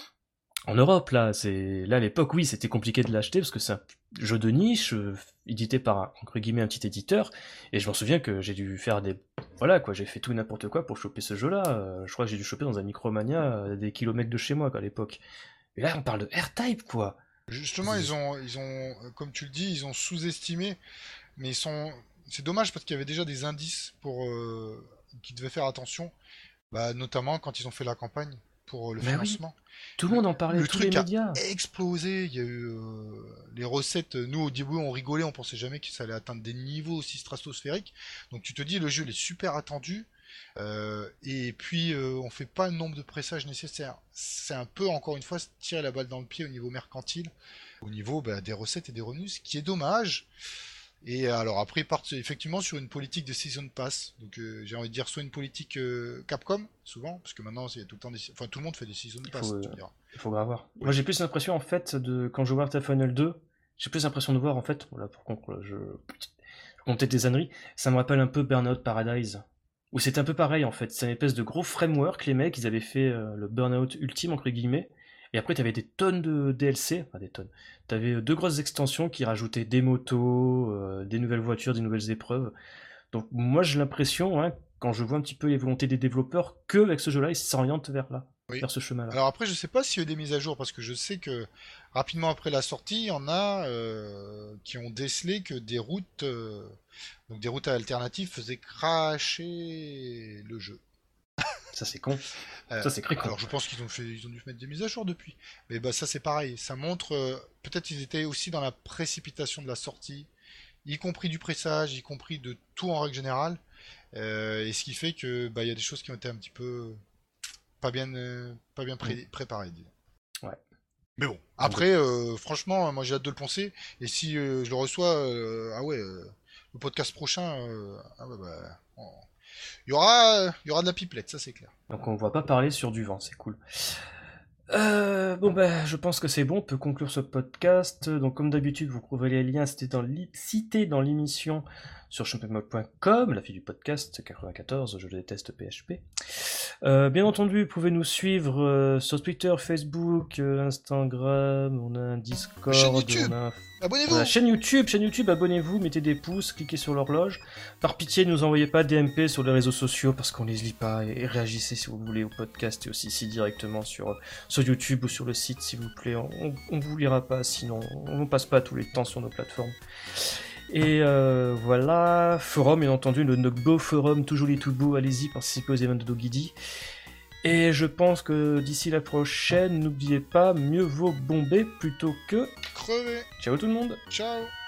en Europe là. C'est là à l'époque oui, c'était compliqué de l'acheter parce que c'est un jeu de niche euh, édité par un, entre guillemets un petit éditeur et je m'en souviens que j'ai dû faire des voilà quoi, j'ai fait tout et n'importe quoi pour choper ce jeu-là. Euh, je crois que j'ai dû choper dans un Micromania à des kilomètres de chez moi quoi, à l'époque. Et là on parle de R-Type quoi. justement, ils ont, ils ont, euh, comme tu le dis, ils ont sous-estimé, mais ils sont. C'est dommage parce qu'il y avait déjà des indices pour euh, qui devaient faire attention, bah, notamment quand ils ont fait la campagne pour euh, le Ben oui, financement. tout le Le, monde en parlait, le tous les truc a médias. explosé. Il y a eu euh, les recettes. Nous, au début, on rigolait, on pensait jamais que ça allait atteindre des niveaux aussi stratosphériques. Donc, tu te dis, le jeu il est super attendu. Euh, et puis, euh, on fait pas le nombre de pressages nécessaires. C'est un peu, encore une fois, se tirer la balle dans le pied au niveau mercantile, au niveau bah, des recettes et des revenus, ce qui est dommage. Et alors après, ils partent effectivement sur une politique de season pass. Donc euh, j'ai envie de dire soit une politique euh, Capcom, souvent, parce que maintenant il y a tout le temps des... Enfin tout le monde fait des season Il pass, faut, tu euh, me diras. il faut grave voir. Oui. Moi j'ai plus l'impression en fait de quand je vois Earth Final deux, j'ai plus l'impression de voir en fait, voilà pour conclure, je, je compte peut-être des âneries, ça me rappelle un peu Burnout Paradise. Où c'était un peu pareil en fait, c'est une espèce de gros framework, les mecs ils avaient fait euh, le Burnout ultime entre guillemets, et après t'avais des tonnes de D L C, enfin des tonnes, t'avais euh, deux grosses extensions qui rajoutaient des motos, euh, des nouvelles voitures, des nouvelles épreuves. Donc moi j'ai l'impression, hein, quand je vois un petit peu les volontés des développeurs, que avec ce jeu-là, ils s'orientent vers là, Oui. vers ce chemin-là. Alors après, je sais pas s'il y a eu des mises à jour, parce que je sais que rapidement après la sortie, il y en a euh, qui ont décelé que des routes, euh, donc des routes alternatives faisaient cracher le jeu. Ça c'est con, Euh, ça c'est très con. alors je pense qu'ils ont fait, ils ont dû mettre des mises à jour depuis. Mais bah ça c'est pareil, ça montre euh, peut-être qu'ils étaient aussi dans la précipitation de la sortie, y compris du pressage, y compris de tout en règle générale. Euh, et ce qui fait que bah il y a des choses qui ont été un petit peu pas bien euh, pas bien Mm. pré- préparées, disons. Ouais. Mais bon, Donc, après euh, franchement, moi j'ai hâte de le poncer. Et si euh, je le reçois, euh, ah ouais, euh, le podcast prochain, euh, ah bah, bah, on- il y aura, il y aura de la pipelette, ça c'est clair. donc on va pas parler sur du vent, c'est cool. Euh, bon ben, je pense que c'est bon, on peut conclure ce podcast. Donc comme d'habitude, vous trouverez les liens cités dans l'i- cités dans l'émission sur championmode point com, la fille du podcast quatre-vingt-quatorze, je déteste P H P. Euh, bien entendu, vous pouvez nous suivre euh, sur Twitter, Facebook, euh, Instagram, on a un Discord, Chaîne YouTube, on a un abonnez-vous. voilà, chaîne YouTube, chaîne YouTube, abonnez-vous, mettez des pouces, cliquez sur l'horloge. Par pitié, ne nous envoyez pas D M P sur les réseaux sociaux parce qu'on les lit pas et, et réagissez si vous voulez au podcast et aussi ici directement sur, sur YouTube ou sur le site s'il vous plaît. On, on vous lira pas sinon on ne passe pas tous les temps sur nos plateformes. Et euh, voilà, forum bien entendu, le Nogbo forum, tout joli tout beau, allez-y, participez aux événements de Dogidi. Et je pense que d'ici la prochaine, n'oubliez pas, mieux vaut bomber plutôt que... Crevez. Ciao tout le monde! Ciao.